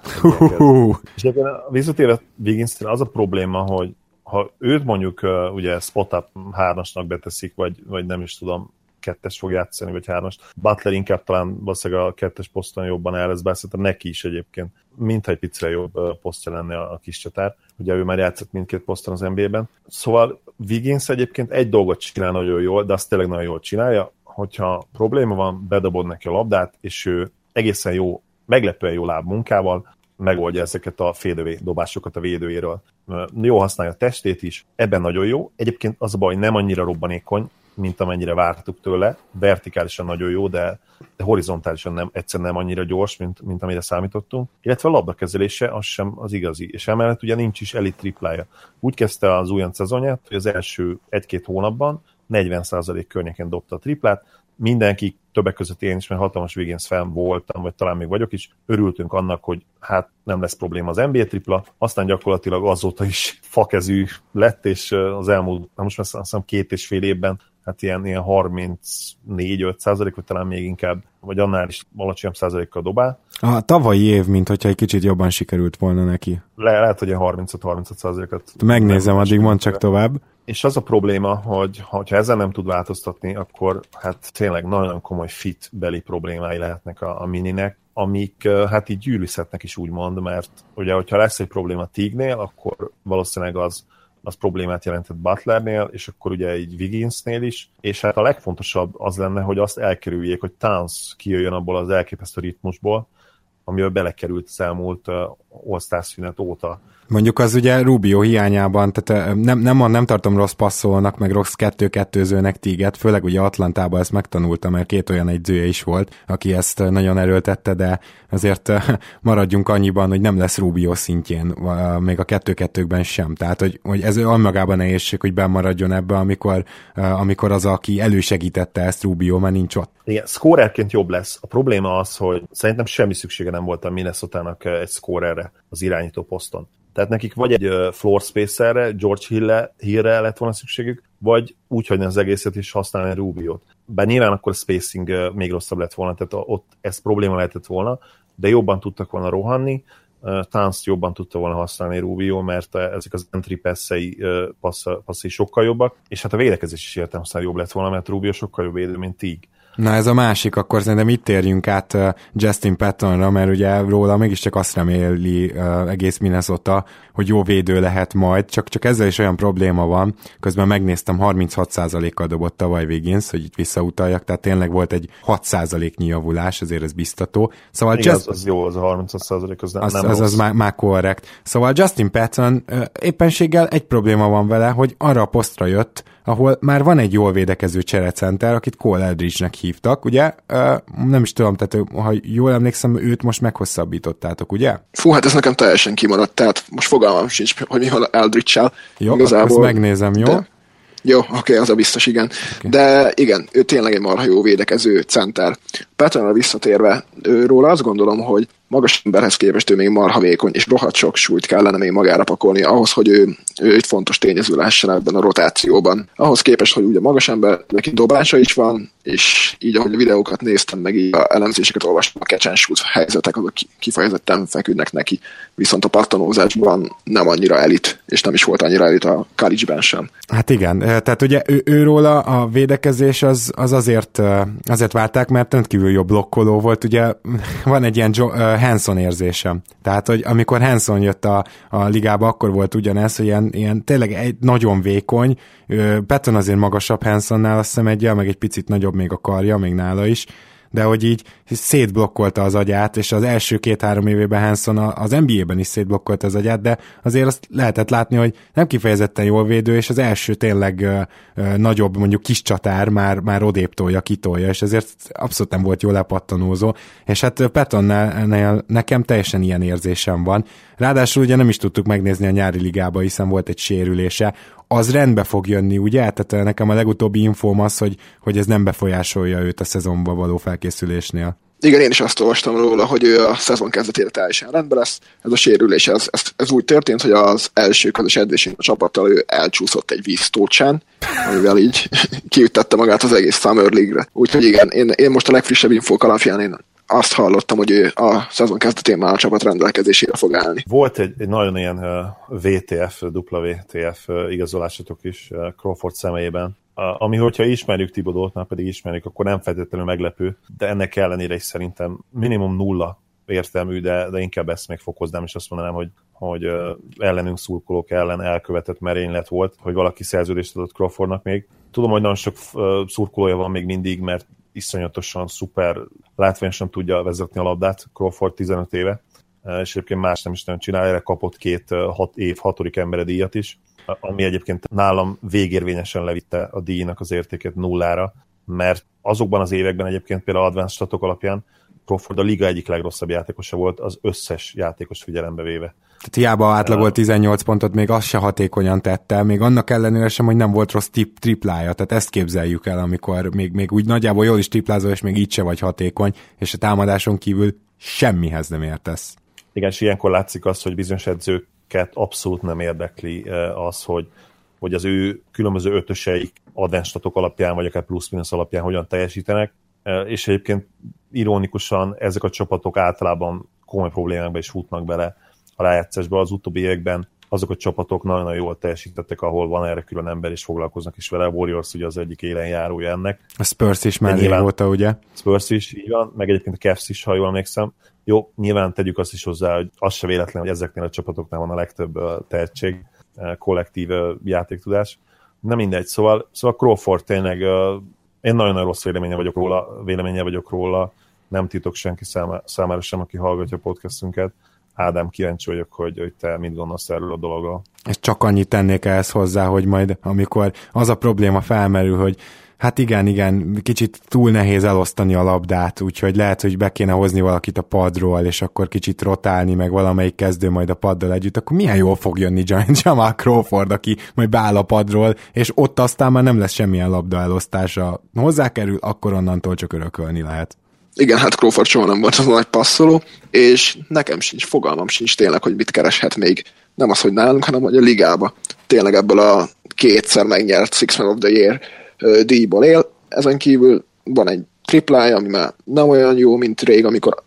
És visszatérve Wigginsre az a probléma, hogy ha őt mondjuk ugye spot-up 3-asnak beteszik, vagy nem is tudom, 2-es fog játszani, vagy 3-as. Butler inkább talán valószínűleg a 2-es poszton jobban el lesz, bár szerintem neki is egyébként mintha egy picire jobb posztja lenne a kis csatár. Ugye ő már játszott mindkét poszton az NBA-ben. Szóval Wiggins egyébként egy dolgot csinál nagyon jól, de azt tényleg nagyon jól csinálja, hogyha probléma van, bedobod neki a labdát, és ő egészen jó, meglepően jó lábmunkával megoldja ezeket a fadeaway dobásokat a védőjéről. Jó használja a testét is, ebben nagyon jó. Egyébként az a baj, nem annyira robbanékony, mint amennyire vártuk tőle. Vertikálisan nagyon jó, de horizontálisan egyszerűen nem annyira gyors, mint amire számítottunk. Illetve a labdakezelése az sem az igazi. És emellett ugye nincs is elit triplája. Úgy kezdte az újonc szezonját, hogy az első 1-2 hónapban 40% környéken dobta a triplát. Mindenki, többek között én is, mert hatalmas Wiggins fan voltam, vagy talán még vagyok is, örültünk annak, hogy hát nem lesz probléma az NBA tripla, aztán gyakorlatilag azóta is fakezű lett, és az elmúlt, most már azt hiszem 2,5 évben hát ilyen 34-5%, vagy talán még inkább, vagy annál is alacsonyabb százalékkal dobál. A tavalyi év, mint hogyha egy kicsit jobban sikerült volna neki. Lehet, hogy ilyen 35-36%-at. Megnézem, addig mondd csak tovább. És az a probléma, hogy ha ezzel nem tud változtatni, akkor hát tényleg nagyon komoly fit-beli problémái lehetnek a mininek, amik hát így gyűrűzhetnek is úgymond, mert ugye, hogyha lesz egy probléma Teague-nél, akkor valószínűleg az problémát jelentett Butlernél, és akkor ugye egy Wigginsnél is, és hát a legfontosabb az lenne, hogy azt elkerüljék, hogy Towns kijöjjön abból az elképesztő ritmusból, amivel belekerült az elmúlt All-Star szünet óta. Mondjuk az ugye Rubio hiányában, tehát nem tartom rossz passzolnak, meg rossz 2-2-zőnek Teague-et, főleg ugye Atlantában ezt megtanultam, mert 2 olyan egyzője is volt, aki ezt nagyon erőltette, de azért maradjunk annyiban, hogy nem lesz Rubio szintjén, még a 2-2-ben sem. Tehát, hogy ez önmagában nehézség, hogy bemaradjon ebbe, amikor az, aki elősegítette ezt, Rubio, már nincs ott. Igen, scorerként jobb lesz. A probléma az, hogy szerintem semmi szüksége nem volt a Minnesotának egy scorerre az irányító poszton. Tehát nekik vagy egy floor spacerre, George Hill-re lett volna szükségük, vagy úgy hagyni az egészet is használni Rubiot. Bár nyilván akkor a spacing még rosszabb lett volna, tehát ott ez probléma lehetett volna, de jobban tudtak volna rohanni, Towns jobban tudta volna használni Rubio, mert ezek az entry passzai sokkal jobbak, és hát a védekezés is értelemszerűen jobb lett volna, mert Rubio sokkal jobb védő, mint Teague. Na ez a másik, akkor szerintem itt térjünk át Justin Pattonra, mert ugye róla mégiscsak azt reméli egész Minnesota, hogy jó védő lehet majd, csak ezzel is olyan probléma van, közben megnéztem, 36%-kal dobott tavaly Wiggins, hogy itt visszautaljak, tehát tényleg volt egy 6%-nyi javulás, azért ez biztató. Szóval igen, az jó, az a 36% az nem rossz. Az már korrekt. Szóval Justin Patton éppenséggel egy probléma van vele, hogy arra a posztra jött, ahol már van egy jól védekező cserecenter, akit Cole Aldridge-nek hívtak, ugye? Nem is tudom, tehát ha jól emlékszem, őt most meghosszabbítottátok, ugye? Fú, hát ez nekem teljesen kimaradt, tehát most fogalmam sincs, hogy mi van Aldridge-sel. Jó, igazából, akkor ezt megnézem, jó? Jó, oké, az a biztos, igen. Okay. De igen, ő tényleg egy marha jó védekező center. Pattonra visszatérve, róla azt gondolom, hogy magas emberhez képest ő még marha vékony, és rohadt sok súlyt kellene még magára pakolni ahhoz, hogy ő egy fontos tényező lehessen ebben a rotációban. Ahhoz képest, hogy ugye magas ember, neki dobása is van, és így ahogy a videókat néztem, meg így a elemzéseket olvastam, a catch and shoot helyzetek azok kifejezetten feküdnek neki, viszont a pattanózásban nem annyira elit, és nem is volt annyira elit a college-ben sem. Hát igen, tehát ugye őróla a védekezés az azért várták, mert rendkívül jó blokkoló volt, ugye van egy ilyen Hanson érzésem. Tehát, hogy amikor Hanson jött a ligába, akkor volt ugyanez, hogy ilyen tényleg egy nagyon vékony, Patton azért magasabb Hansonnál, azt hiszem egyel, meg egy picit nagyobb még a karja, még nála is, de hogy így szétblokkolta az agyát, és az első 2-3 évében Hanson az NBA-ben is szétblokkolta az agyát, de azért azt lehetett látni, hogy nem kifejezetten jól védő, és az első tényleg nagyobb, mondjuk kis csatár már odébb tolja, kitolja, és ezért abszolút nem volt jól lepattanózó, és hát Pattonnál nekem teljesen ilyen érzésem van. Ráadásul ugye nem is tudtuk megnézni a nyári ligába, hiszen volt egy sérülése, az rendbe fog jönni, ugye? Tehát nekem a legutóbbi infóm az, hogy ez nem befolyásolja őt a szezonba való felkészülésnél. Igen, én is azt olvastam róla, hogy ő a szezon kezdetére teljesen rendben lesz. Ez a sérülés, ez úgy történt, hogy az első közös edzésén a csapattal ő elcsúszott egy víztócsán, amivel így kiüttette magát az egész Summer League-re. Úgyhogy igen, én most a legfrissebb infók alapján én azt hallottam, hogy ő a szezon kezdetén már a csapat rendelkezésére fog állni. Volt egy nagyon ilyen WTF igazolásatok is Crawford személyében, ami, hogyha ismerjük Thibodeaut, már pedig ismerjük, akkor nem feltétlenül meglepő, de ennek ellenére is szerintem minimum 0 értelmű, de inkább ezt még fokoznám, és azt mondanám, hogy ellenünk szurkolók ellen elkövetett merénylet volt, hogy valaki szerződést adott Crawfordnak még. Tudom, hogy nagyon sok szurkolója van még mindig, mert iszonyatosan szuper látványosan tudja vezetni a labdát, Crawford 15 éve, és egyébként más nem is nagyon csinál, erre kapott 2 év 6. embere díjat is, ami egyébként nálam végérvényesen levitte a díjnak az értéket 0-ra, mert azokban az években egyébként például advanced statok alapján Crawford a liga egyik legrosszabb játékosa volt, az összes játékos figyelembe véve. Tehát hiába átlagolt 18 pontot, még azt se hatékonyan tette, még annak ellenére sem, hogy nem volt rossz triplája, tehát ezt képzeljük el, amikor még úgy nagyjából jól is triplázol, és még így se vagy hatékony, és a támadáson kívül semmihez nem értesz. Igen, és ilyenkor látszik az, hogy bizonyos edzőket abszolút nem érdekli az, hogy az ő különböző ötöseik advanced statok alapján, vagy akár plusz-minusz alapján hogyan teljesítenek, és egyébként ironikusan ezek a csapatok általában komoly problémákba is futnak bele a rájátszásba. Az utóbbi években azok a csapatok nagyon-nagyon jól teljesítettek, ahol van erre külön ember, és foglalkoznak is vele. A Warriors ugye az egyik élenjárója ennek. A Spurs is már régóta, ugye? Spurs is, így van, meg egyébként a Cavs is, ha jól emlékszem. Jó, nyilván tegyük azt is hozzá, hogy az se véletlen, hogy ezeknél a csapatoknál van a legtöbb tehetség, kollektív játéktudás. Nem mindegy, szóval Crawford tényleg, én nagyon-nagyon rossz véleménye vagyok róla, nem titok senki számára sem, aki hallgatja a podcastünket. Ádám, kíváncsi vagyok, hogy te mit gondolsz erről a dologról. És csak annyit tennék ehhez hozzá, hogy majd amikor az a probléma felmerül, hogy hát igen, kicsit túl nehéz elosztani a labdát, úgyhogy lehet, hogy be kéne hozni valakit a padról, és akkor kicsit rotálni, meg valamelyik kezdő majd a paddal együtt, akkor milyen jól fog jönni Jamal Crawford, aki majd beáll a padról, és ott aztán már nem lesz semmilyen labda elosztása. Hozzákerül, akkor onnantól csak örökölni lehet. Igen, hát Crawford soha nem volt az a nagy passzoló, és nekem fogalmam sincs tényleg, hogy mit kereshet még. Nem az, hogy nálunk, hanem hogy a ligába. Tényleg ebből a 2-szer megnyert Six Man of the Year díjból él. Ezen kívül van egy triplája, ami már nem olyan jó, mint rég,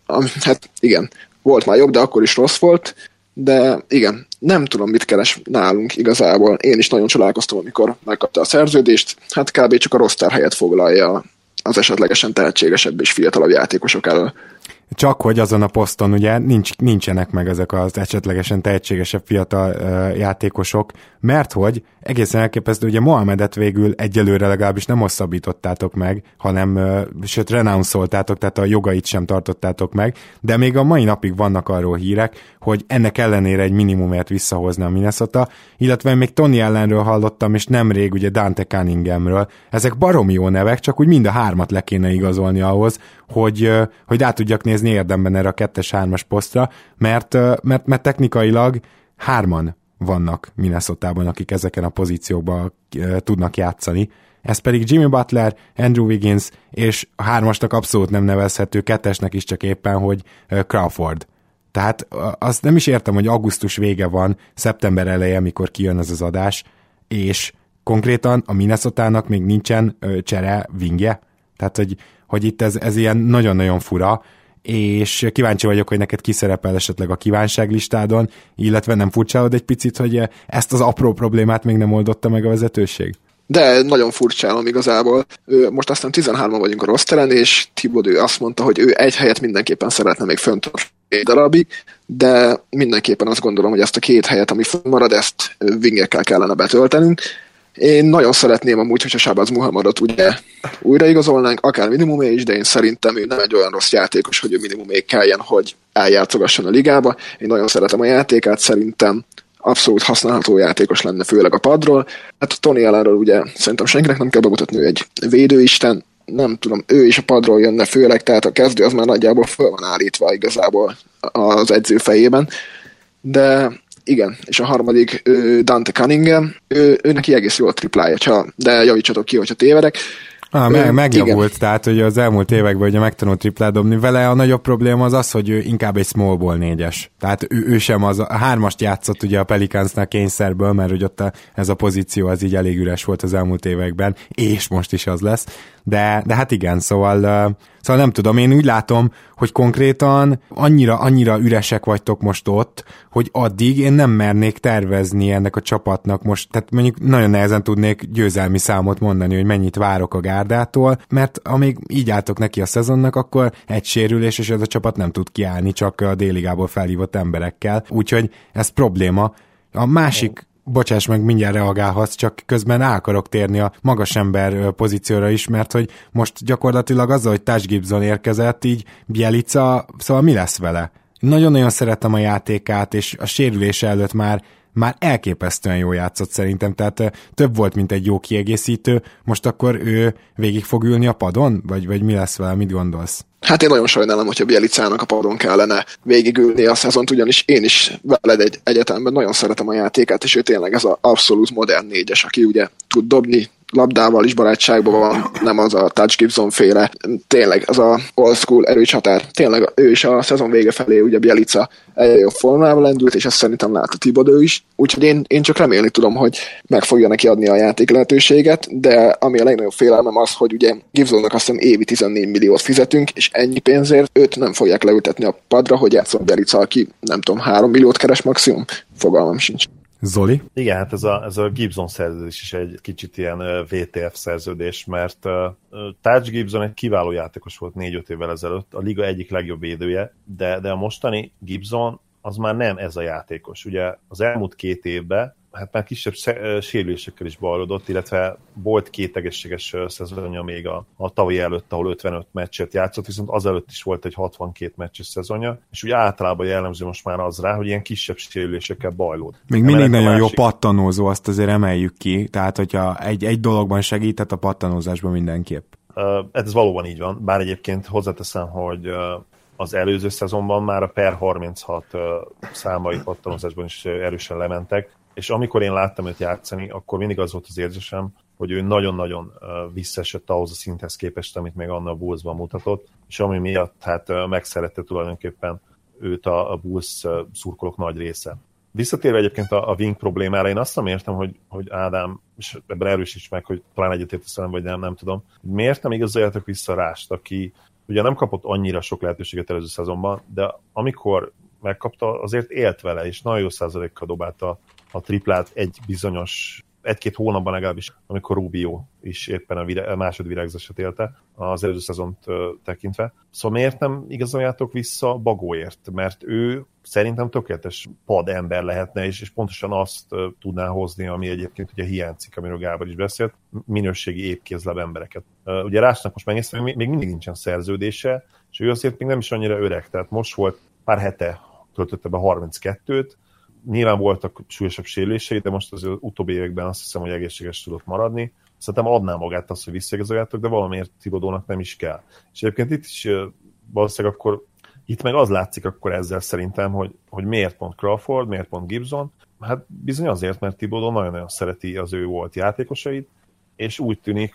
hát igen, volt már jobb, de akkor is rossz volt, de igen, nem tudom, mit keres nálunk igazából. Én is nagyon csodálkoztam, amikor megkapta a szerződést, hát kb. Csak a roster helyet foglalja az esetlegesen tehetségesebb és fiatalabb játékosok elől. Csak hogy azon a poszton ugye nincsenek meg ezek az esetlegesen tehetségesebb fiatal játékosok, mert hogy egészen elképesztő, ugye Mohamedet végül egyelőre legalábbis nem hosszabbítottátok meg, hanem sőt renouncoltátok, tehát a jogait sem tartottátok meg, de még a mai napig vannak arról hírek, hogy ennek ellenére egy minimumért visszahozna a Minnesota, illetve még Tony Allenről hallottam, és nemrég ugye Dante Cunninghamről. Ezek baromi jó nevek, csak úgy mind a hármat le kéne igazolni ahhoz, hogy rá tudjak nézni érdemben erre a 2-3-as posztra, mert technikailag 3 vannak Minnesotában, akik ezeken a pozíciókban tudnak játszani. Ez pedig Jimmy Butler, Andrew Wiggins, és a 3-asnak abszolút nem nevezhető, 2-esnek is csak éppen, hogy Crawford. Tehát azt nem is értem, hogy augusztus vége van, szeptember eleje, mikor kijön ez az adás, és konkrétan a Minnesotának még nincsen csere wingje. Tehát, hogy itt ez ilyen nagyon-nagyon fura, és kíváncsi vagyok, hogy neked kiszerepel esetleg a kívánságlistádon, illetve nem furcsálod egy picit, hogy ezt az apró problémát még nem oldotta meg a vezetőség? De nagyon furcsálom igazából. Most aztán 13-an vagyunk a rosteren, és Thibodeau azt mondta, hogy ő egy helyet mindenképpen szeretne még fönt egy darabig, de mindenképpen azt gondolom, hogy ezt a 2 helyet, ami marad, ezt wingekkel kellene betöltenünk. Én nagyon szeretném amúgy, hogyha Shabazz Muhammadot ugye újraigazolnánk, akár minimumé is, de én szerintem ő nem egy olyan rossz játékos, hogy ő minimumé kelljen, hogy eljátszogasson a ligába. Én nagyon szeretem a játékát, szerintem abszolút használható játékos lenne, főleg a padról. Hát Tony Allenről ugye szerintem senkinek nem kell bemutatni, ő egy védőisten, nem tudom, ő is a padról jönne főleg, tehát a kezdő az már nagyjából föl van állítva igazából az edző fejében. De igen, és a harmadik Dante Cunningham, ő neki egész jó a triplája, de javítsatok ki, hogyha tévedek. Megjavult, igen. Tehát hogy az elmúlt években ugye megtanult triplát dobni. Vele a nagyobb probléma az, hogy ő inkább egy small ball 4-es. Tehát ő sem az, a 3-ast játszott ugye a Pelicansnál kényszerből, mert hogy ott ez a pozíció az így elég üres volt az elmúlt években, és most is az lesz. De hát igen, szóval nem tudom, én úgy látom, hogy konkrétan annyira üresek vagytok most ott, hogy addig én nem mernék tervezni ennek a csapatnak most, tehát mondjuk nagyon nehezen tudnék győzelmi számot mondani, hogy mennyit várok a gárdától, mert amíg így álltok neki a szezonnak, akkor egy sérülés, és ez a csapat nem tud kiállni csak a déligából felhívott emberekkel, úgyhogy ez probléma. A másik bocsáss meg, mindjárt reagálhatsz, csak közben el akarok térni a magas ember pozícióra is, mert hogy most gyakorlatilag azzal, hogy Taj Gibson érkezett, így Bjelica, szóval mi lesz vele? Nagyon-nagyon szeretem a játékát, és a sérülése előtt már elképesztően jól játszott szerintem, tehát több volt, mint egy jó kiegészítő. Most akkor ő végig fog ülni a padon? Vagy mi lesz vele, mit gondolsz? Hát én nagyon sajnálom, hogyha Bjelicának a padon kellene végigülni a szezont, ugyanis én is veled egy egyetemben nagyon szeretem a játékát, és ő tényleg ez az abszolút modern 4-es, aki ugye tud dobni, labdával is barátságban van, nem az a Taj Gibson féle, tényleg az a old school erős határ. Tényleg ő is a szezon vége felé, ugye Bjelica egyre jobb formában lendült, és ezt szerintem lát a Thibodeau is, úgyhogy én csak remélni tudom, hogy meg fogja neki adni a játék lehetőséget, de ami a legnagyobb félelmem az, hogy ugye Gibsonnak azt hiszem évi 14 milliót fizetünk, és ennyi pénzért őt nem fogják leültetni a padra, hogy játszon Bjelica, aki nem tudom, 3 milliót keres maximum, fogalmam sincs. Zoli? Igen, hát ez a Gibson szerződés is egy kicsit ilyen VTF szerződés, mert Taj Gibson egy kiváló játékos volt 4-5 évvel ezelőtt, a liga egyik legjobb védője, de a mostani Gibson az már nem ez a játékos. Ugye az elmúlt 2 évben hát már kisebb sérülésekkel is bajlódott, illetve volt 2 egészséges szezonja még a tavalyi előtt, ahol 55 meccset játszott, viszont azelőtt is volt egy 62 meccses szezonja, és úgy általában jellemző most már az rá, hogy ilyen kisebb sérülésekkel bajlód. Még mindig nagyon jó pattanózó, azt azért emeljük ki, tehát hogyha egy dologban segített, a pattanózásban mindenképp. Ez valóban így van, bár egyébként hozzáteszem, hogy az előző szezonban már a per 36 számai pattanózásban is erősen lementek, és amikor én láttam őt játszani, akkor mindig az volt az érzésem, hogy ő nagyon-nagyon visszaesett ahhoz a szinthez képest, amit még annak a Bullsban mutatott, és ami miatt hát megszerette tulajdonképpen őt a Bulls szurkolók nagy része. Visszatérve egyébként a wing problémára, én azt nem értem, hogy Ádám, és ebben erősíts meg, hogy talán egyetértesz velem, vagy nem tudom, miért nem igazoljátok vissza Rást, aki ugye nem kapott annyira sok lehetőséget előző szezonban, de amikor megkapta, azért élt vele, és nagyon jó százalékkal dobálta a triplát egy bizonyos, 1-2 hónapban legalábbis, amikor Rubio is éppen a másodvirágzását élte az előző szezont tekintve. Szóval miért nem igazoljátok vissza Bagóért? Mert ő szerintem tökéletes padember lehetne, és pontosan azt tudná hozni, ami egyébként ugye hiányzik, amiről Gábor is beszélt, minőségi épkézláb embereket. Ugye Rásnak most megnéztem, még mindig nincsen szerződése, és ő azért még nem is annyira öreg, tehát most volt pár hete töltötte be 32-t, nyilván voltak súlyosabb sérülései, de most az utóbbi években azt hiszem, hogy egészséges tudott maradni. Szerintem adná magát azt, hogy visszaigazoljátok, de valamiért Thibodeaunak nem is kell. És egyébként itt is valószínűleg akkor, itt meg az látszik akkor ezzel szerintem, hogy miért pont Crawford, miért pont Gibson. Hát bizony azért, mert Thibodeau nagyon-nagyon szereti az ő volt játékosait, és úgy tűnik, hogy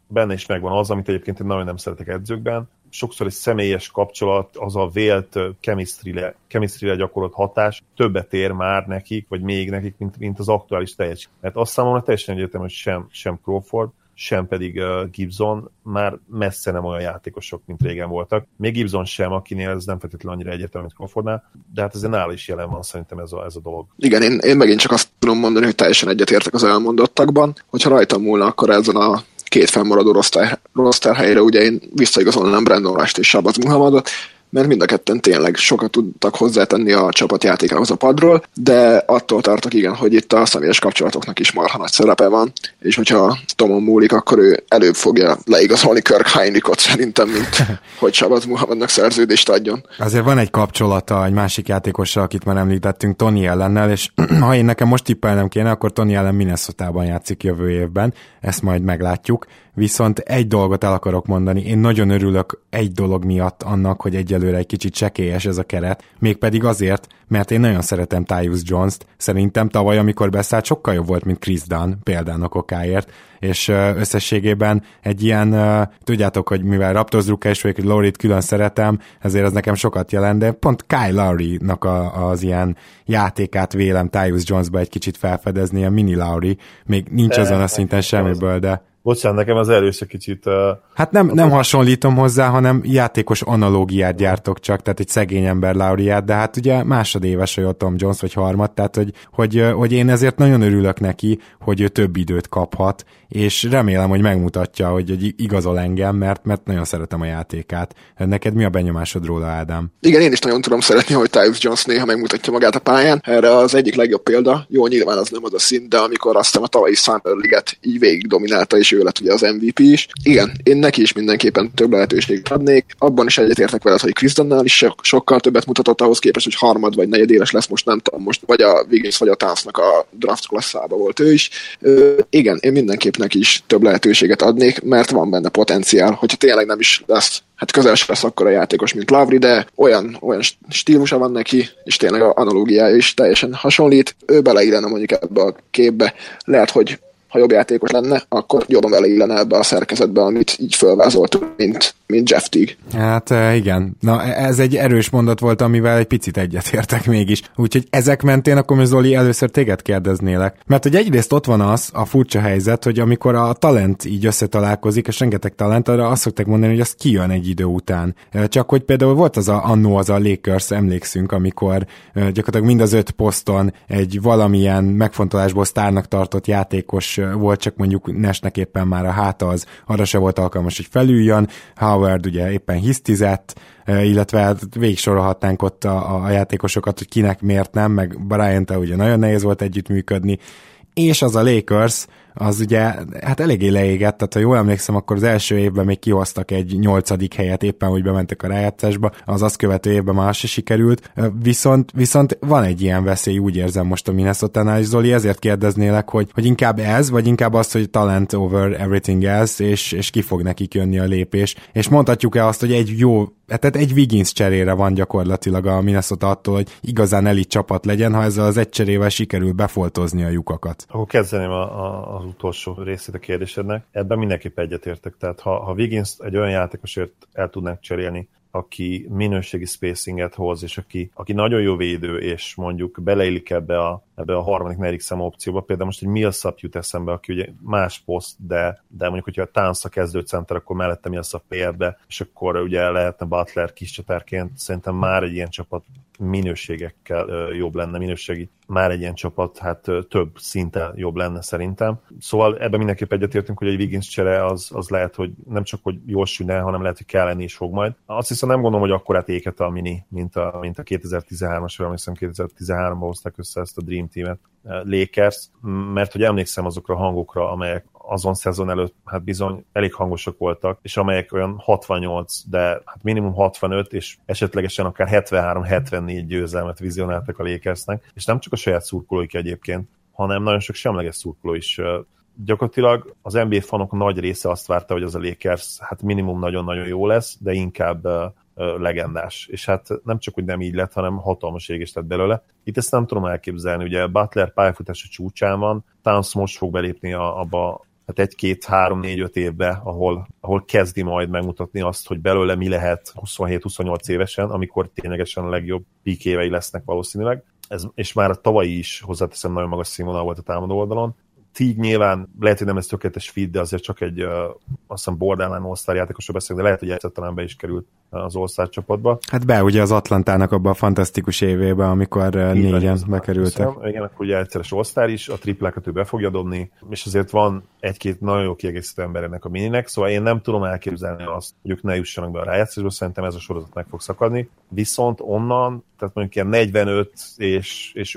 benne is megvan az, amit egyébként én nagyon nem szeretek edzőkben, sokszor egy személyes kapcsolat, az a vélt chemistry-re gyakorolt hatás többet ér már nekik, vagy még nekik, mint az aktuális teljesítmény. Mert azt számomra teljesen egyértelmű, hogy sem Crawford, sem pedig Gibson már messze nem olyan játékosok, mint régen voltak. Még Gibson sem, akinél ez nem feltétlenül annyira egyértelmű, mint Crawfordnál, de hát ezért nála is jelen van szerintem ez a dolog. Igen, én megint csak azt tudom mondani, hogy teljesen egyetértek az elmondottakban, hogyha rajtam múlna, akkor ezen a két fennmaradó roster helyre ugye én visszaigazolnám Brandon Rush-t és Shabazz Muhammadot, mert mind a ketten tényleg sokat tudtak hozzátenni a csapatjátékához a padról, de attól tartok, igen, hogy itt a személyes kapcsolatoknak is marha nagy szerepe van, és hogyha Tomon múlik, akkor ő előbb fogja leigazolni Kirk Heinrichot szerintem, mint hogy Shabazz Muhammadnak szerződést adjon. Azért van egy kapcsolata egy másik játékossal, akit már említettünk, Tony Allennel, és ha én nekem most tippelnem kéne, akkor Tony Allen Minnesotában játszik jövő évben, ezt majd meglátjuk. Viszont egy dolgot el akarok mondani, én nagyon örülök egy dolog miatt annak, hogy egyelőre egy kicsit csekélyes ez a keret, mégpedig azért, mert én nagyon szeretem Tyus Jones-t, szerintem tavaly, amikor beszállt, sokkal jobb volt, mint Chris Dunn, például okáért, és összességében egy ilyen, tudjátok, hogy mivel Raptors drukker is vagyok, hogy Lowry-t külön szeretem, ezért ez nekem sokat jelent, de pont Kyle Lowry-nak az ilyen játékát vélem Tyus Jones-ba egy kicsit felfedezni, a mini Lowry, még nincs azon a szinten semmiből, de bocsánat, nekem az erős egy kicsit... Hát nem hasonlítom hozzá, hanem játékos analógiát gyártok csak, tehát egy szegény ember Lauriát, de hát ugye másodéves a Tom Jones, vagy harmad, tehát hogy én ezért nagyon örülök neki, hogy ő több időt kaphat, és remélem, hogy megmutatja, hogy igazol engem, mert nagyon szeretem a játékát. Neked mi a benyomásod róla, Ádám? Igen, én is nagyon tudom szeretni, hogy Tyus Jones néha megmutatja magát a pályán. Erre az egyik legjobb példa, jó, nyilván az nem az a szint, de amikor aztán a tavalyi Summer League-et így végig dominálta, és ő lett ugye az MVP is. Igen, én neki is mindenképpen több lehetőséget adnék. Abban is egyetértek veled, hogy Chris Dunnál is sokkal többet mutatott ahhoz képest, hogy harmad vagy negyedéves lesz, most nem tudom, most vagy a Wiggins vagy a Townsnak a draft klasszában volt ő is. Igen, én mindenképp neki is több lehetőséget adnék, mert van benne potenciál, hogyha tényleg nem is lesz, hát közel sem lesz akkora játékos, mint Lowry, de olyan stílusa van neki, és tényleg a analógiája is teljesen hasonlít. Ő beleillene mondjuk ebbe a képbe. Lehet, hogy ha jobb játékos lenne, akkor jobban beleillene ebbe a szerkezetbe, amit így fölvázoltuk, mint Jeff Teague. Hát igen. Na, ez egy erős mondat volt, amivel egy picit egyetértek mégis. Úgyhogy ezek mentén akkor Zoli, először téged kérdeznélek. Mert hogy egyrészt ott van az a furcsa helyzet, hogy amikor a talent így összetalálkozik, és rengeteg talent, arra azt szokták mondani, hogy az kijön egy idő után. Csak hogy például volt annó az a Lakers, emlékszünk, amikor gyakorlatilag mind az 5 poszton egy valamilyen megfontolásból sztárnak tartott játékos volt, csak mondjuk Nashnek éppen már a háta az arra se volt alkalmas, hogy felüljön, Howard ugye éppen hisztizett, illetve végig sorolhatnánk ott a játékosokat, hogy kinek miért nem, meg Bryant-tel ugye nagyon nehéz volt együttműködni, és az a Lakers, az ugye hát eléggé leégett, tehát ha jól emlékszem, akkor az első évben még kihoztak egy 8. helyet, éppen úgy bementek a rájátszásba, az azt követő évben már se sikerült, viszont van egy ilyen veszély, úgy érzem most a Minnesota-nál, és Zoli, ezért kérdeznélek, hogy inkább ez, vagy inkább az, hogy talent over everything else, és ki fog nekik jönni a lépés, és mondhatjuk-e azt, hogy egy Wiggins cserére van gyakorlatilag a Minnesota attól, hogy igazán elit csapat legyen, ha ezzel az egy cserével sikerül befoltozni a lyukakat. Akkor kezdeném az utolsó részét a kérdésednek. Ebben mindenképp egyetértek. Tehát ha Wiggins egy olyan játékosért el tudnánk cserélni, aki minőségi spacinget hoz, és aki nagyon jó védő, és mondjuk beleillik ebbe a harmadik, negyedik szám opcióba. Például most egy Millsap jut eszembe, aki ugye más poszt, de mondjuk, hogyha a Towns a kezdőcenter, akkor mellette Millsap PR-be, és akkor ugye lehetne Butler kis csatárként. Szerintem már egy ilyen csapat minőségekkel jobb lenne, már egy ilyen csapat hát több szinten jobb lenne szerintem. Szóval ebben mindenképp egyetértünk, hogy egy Wiggins csere az lehet, hogy nem csak, hogy jól sülne, hanem lehet, hogy kell lenni is fog majd. Azt hiszem nem gondolom, hogy akkorát éket a mini, mint a 2013-as, vagy emlékszem 2013-ban hozták össze ezt a Dream Team-et, Lakers, mert hogy emlékszem azokra a hangokra, amelyek azon szezon előtt hát bizony elég hangosak voltak, és amelyek olyan 68, de hát minimum 65, és esetlegesen akár 73-74 győzelmet vizionáltak a Lakersnek, és nem csak a saját szurkolóik egyébként, hanem nagyon sok semleges szurkoló is. Gyakorlatilag az NBA fanok nagy része azt várta, hogy az a Lakers hát minimum nagyon-nagyon jó lesz, de inkább legendás. És hát nem csak, hogy nem így lett, hanem hatalmas égés lett belőle. Itt ezt nem tudom elképzelni. Ugye Butler pályafutása csúcsán van, Towns most fog belépni abba hát 1-2-3-4-5 évbe, ahol kezdi majd megmutatni azt, hogy belőle mi lehet 27-28 évesen, amikor ténylegesen a legjobb peak évei lesznek valószínűleg. És már a tavalyi is, hozzáteszem, nagyon magas színvonal volt a támadó oldalon. Teague nyilván lehet, hogy nem ez tökéletes fit, de azért csak egy azt hiszem borderline All-Star játékosról beszélünk, de lehet, hogy egyszer talán be is került az All-Star csapatba. Hát ugye az Atlantának abban a fantasztikus évébe, amikor négyen bekerültek. Igen, akkor ugye egyszeres All-Star is, a triplákat ő be fogja dobni, és azért van egy-két nagyon jó kiegészítő ember ennek a mininek, szóval én nem tudom elképzelni azt, hogy ők ne jussanak be a rájátszásba, szerintem ez a sorozat meg fog szakadni. Viszont onnan, tehát mondjuk ilyen 45 és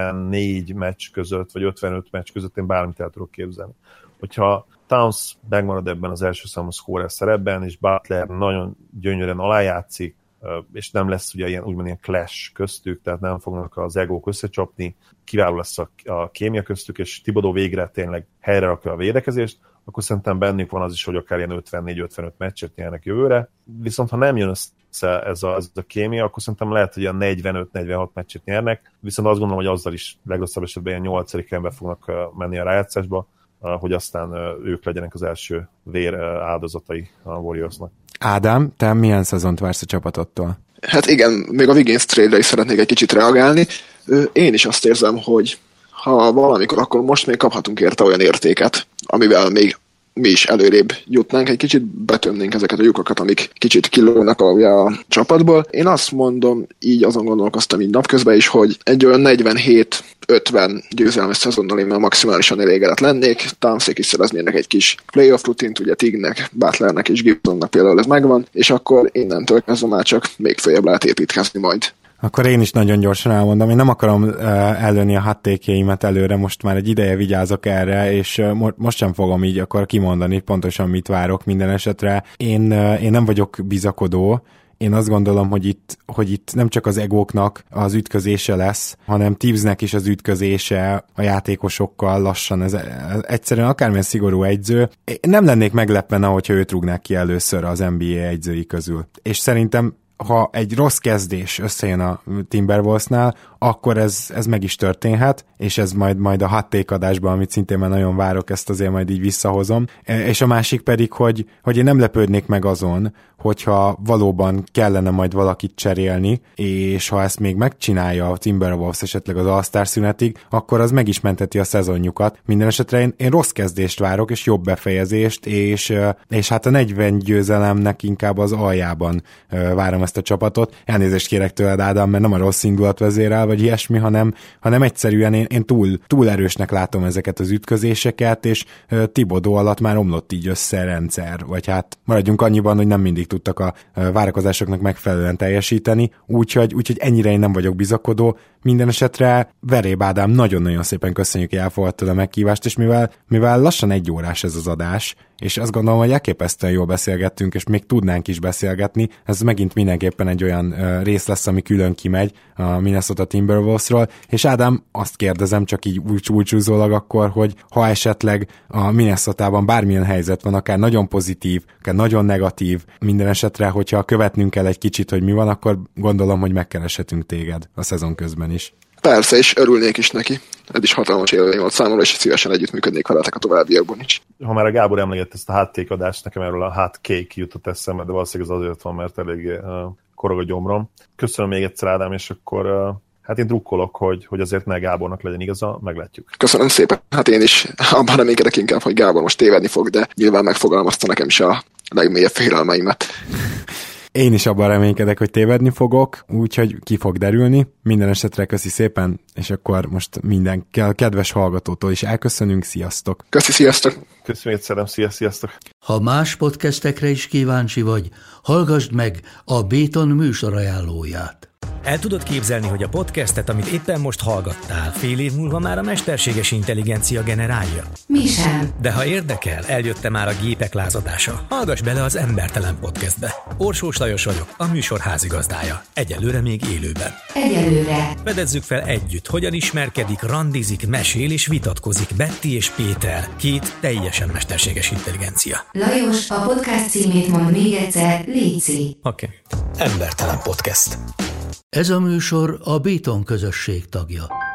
54 meccs között, vagy 55 meccs között én bármit el tudok képzelni. Hogyha Towns megmarad ebben az első számú scorer szerepben, és Butler nagyon gyönyörűen alájátszik, és nem lesz ugye úgymond clash köztük, tehát nem fognak az egók összecsapni, kiváló lesz a kémia köztük, és Thibodeau végre tényleg helyre rakja a védekezést, akkor szerintem bennük van az is, hogy akár ilyen 54-55 meccset nyernek jövőre, viszont ha nem jön össze ez a kémia, akkor szerintem lehet, hogy ilyen 45-46 meccset nyernek, viszont azt gondolom, hogy azzal is legrosszabb esetben ilyen 8. helyen fognak menni a rájátszásba, hogy aztán ők legyenek az első vér áldozatai a Warriorsnak. Ádám, te milyen szezont vársz a csapatottól? Hát igen, még a Wiggins trade-re is szeretnék egy kicsit reagálni. Én is azt érzem, hogy ha valamikor, akkor most még kaphatunk érte olyan értéket, amivel még mi is előrébb jutnánk, egy kicsit betömnénk ezeket a lyukakat, amik kicsit kilógnak a csapatból. Én azt mondom, így azon gondolkoztam így napközben is, hogy egy olyan 47-50 győzelmes szezonnal én már maximálisan elégedett lennék. Townsék is szereznének egy kis playoff rutint, ugye Teague-nek, Butlernek és Gibsonnak például ez megvan, és akkor innentől kezdve már csak még följebb lehet építkezni majd. Akkor én is nagyon gyorsan elmondom, én nem akarom ellőni a hot-take-jeimet előre, most már egy ideje vigyázok erre, és most sem fogom így akkor kimondani pontosan mit várok minden esetre. Én nem vagyok bizakodó, én azt gondolom, hogy itt nem csak az egóknak az ütközése lesz, hanem Tibbsnek is az ütközése a játékosokkal lassan. Ez egyszerűen akármilyen szigorú egyző. Nem lennék meglepve, hogyha őt rúgnák ki először az NBA egyzői közül. És szerintem ha egy rossz kezdés összejön a Timberwolvesnál, akkor ez meg is történhet, és ez majd a hot take adásban, amit szintén már nagyon várok, ezt azért majd így visszahozom. És a másik pedig, hogy én nem lepődnék meg azon, hogyha valóban kellene majd valakit cserélni, és ha ezt még megcsinálja a Timberwolves esetleg az All-Star szünetig, akkor az meg is menteti a szezonjukat. Minden esetre én rossz kezdést várok, és jobb befejezést, és hát a 40 győzelemnek inkább az aljában várom ezt a csapatot. Elnézést kérek tőled, Ádám, mert nem a rossz indulat vezérel, vagy ilyesmi, hanem egyszerűen én túl erősnek látom ezeket az ütközéseket, és Thibodeau alatt már omlott így össze a rendszer, vagy hát maradjunk annyiban, hogy nem mindig tudtak a várakozásoknak megfelelően teljesíteni, úgyhogy ennyire én nem vagyok bizakodó. Minden esetre Veréb Ádám, nagyon-nagyon szépen köszönjük, hogy elfogadtad a meghívást, és mivel lassan 1 órás ez az adás, és azt gondolom, hogy elképesztően jól beszélgettünk, és még tudnánk is beszélgetni, ez megint mindenképpen egy olyan rész lesz, ami külön kimegy a Minnesota Timberwolvesról, és Ádám, azt kérdezem csak így újcsúzólag akkor, hogy ha esetleg a Minnesotában bármilyen helyzet van, akár nagyon pozitív, akár nagyon negatív, minden esetre, hogyha követnünk kell egy kicsit, hogy mi van, akkor gondolom, hogy megkereshetünk téged a szezon közben is. Persze, és örülnék is neki. Ez is hatalmas élmény volt számomra, és szívesen együttműködnék veletek a továbbiakban is. Ha már a Gábor emlegett ezt a hot take adást, nekem erről a hot cake jutott eszembe, de valószínűleg ez azért van, mert elég korog a gyomrom. Köszönöm még egyszer, Ádám, és akkor hát én drukkolok, hogy azért ne Gábornak legyen igaza, meglátjuk. Köszönöm szépen. Hát én is abban reménykedek inkább, hogy Gábor most tévedni fog, de nyilván megfogalmazta nekem is a legmélyebb félelmeimet. Én is abban reménykedek, hogy tévedni fogok, úgyhogy ki fog derülni. Minden esetre köszi szépen, és akkor most minden kedves hallgatótól is elköszönünk. Sziasztok! Köszi, sziasztok! Köszönjük egyszerűen, sziasztok! Ha más podcastekre is kíváncsi vagy, hallgassd meg a Béton műsor ajánlóját. El tudod képzelni, hogy a podcastet, amit éppen most hallgattál, fél év múlva már a mesterséges intelligencia generálja? Mi sem. De ha érdekel, eljött már a gépek lázadása. Hallgass bele az Embertelen Podcastbe. Orsós Lajos vagyok, a műsor házigazdája. Egyelőre még élőben. Egyelőre. Fedezzük fel együtt, hogyan ismerkedik, randizik, mesél és vitatkozik Betty és Péter, 2 teljesen mesterséges intelligencia. Lajos, a podcast címét mond még egyszer, léci. Oké. Embertelen Podcast. Ez a műsor a Béton közösség tagja.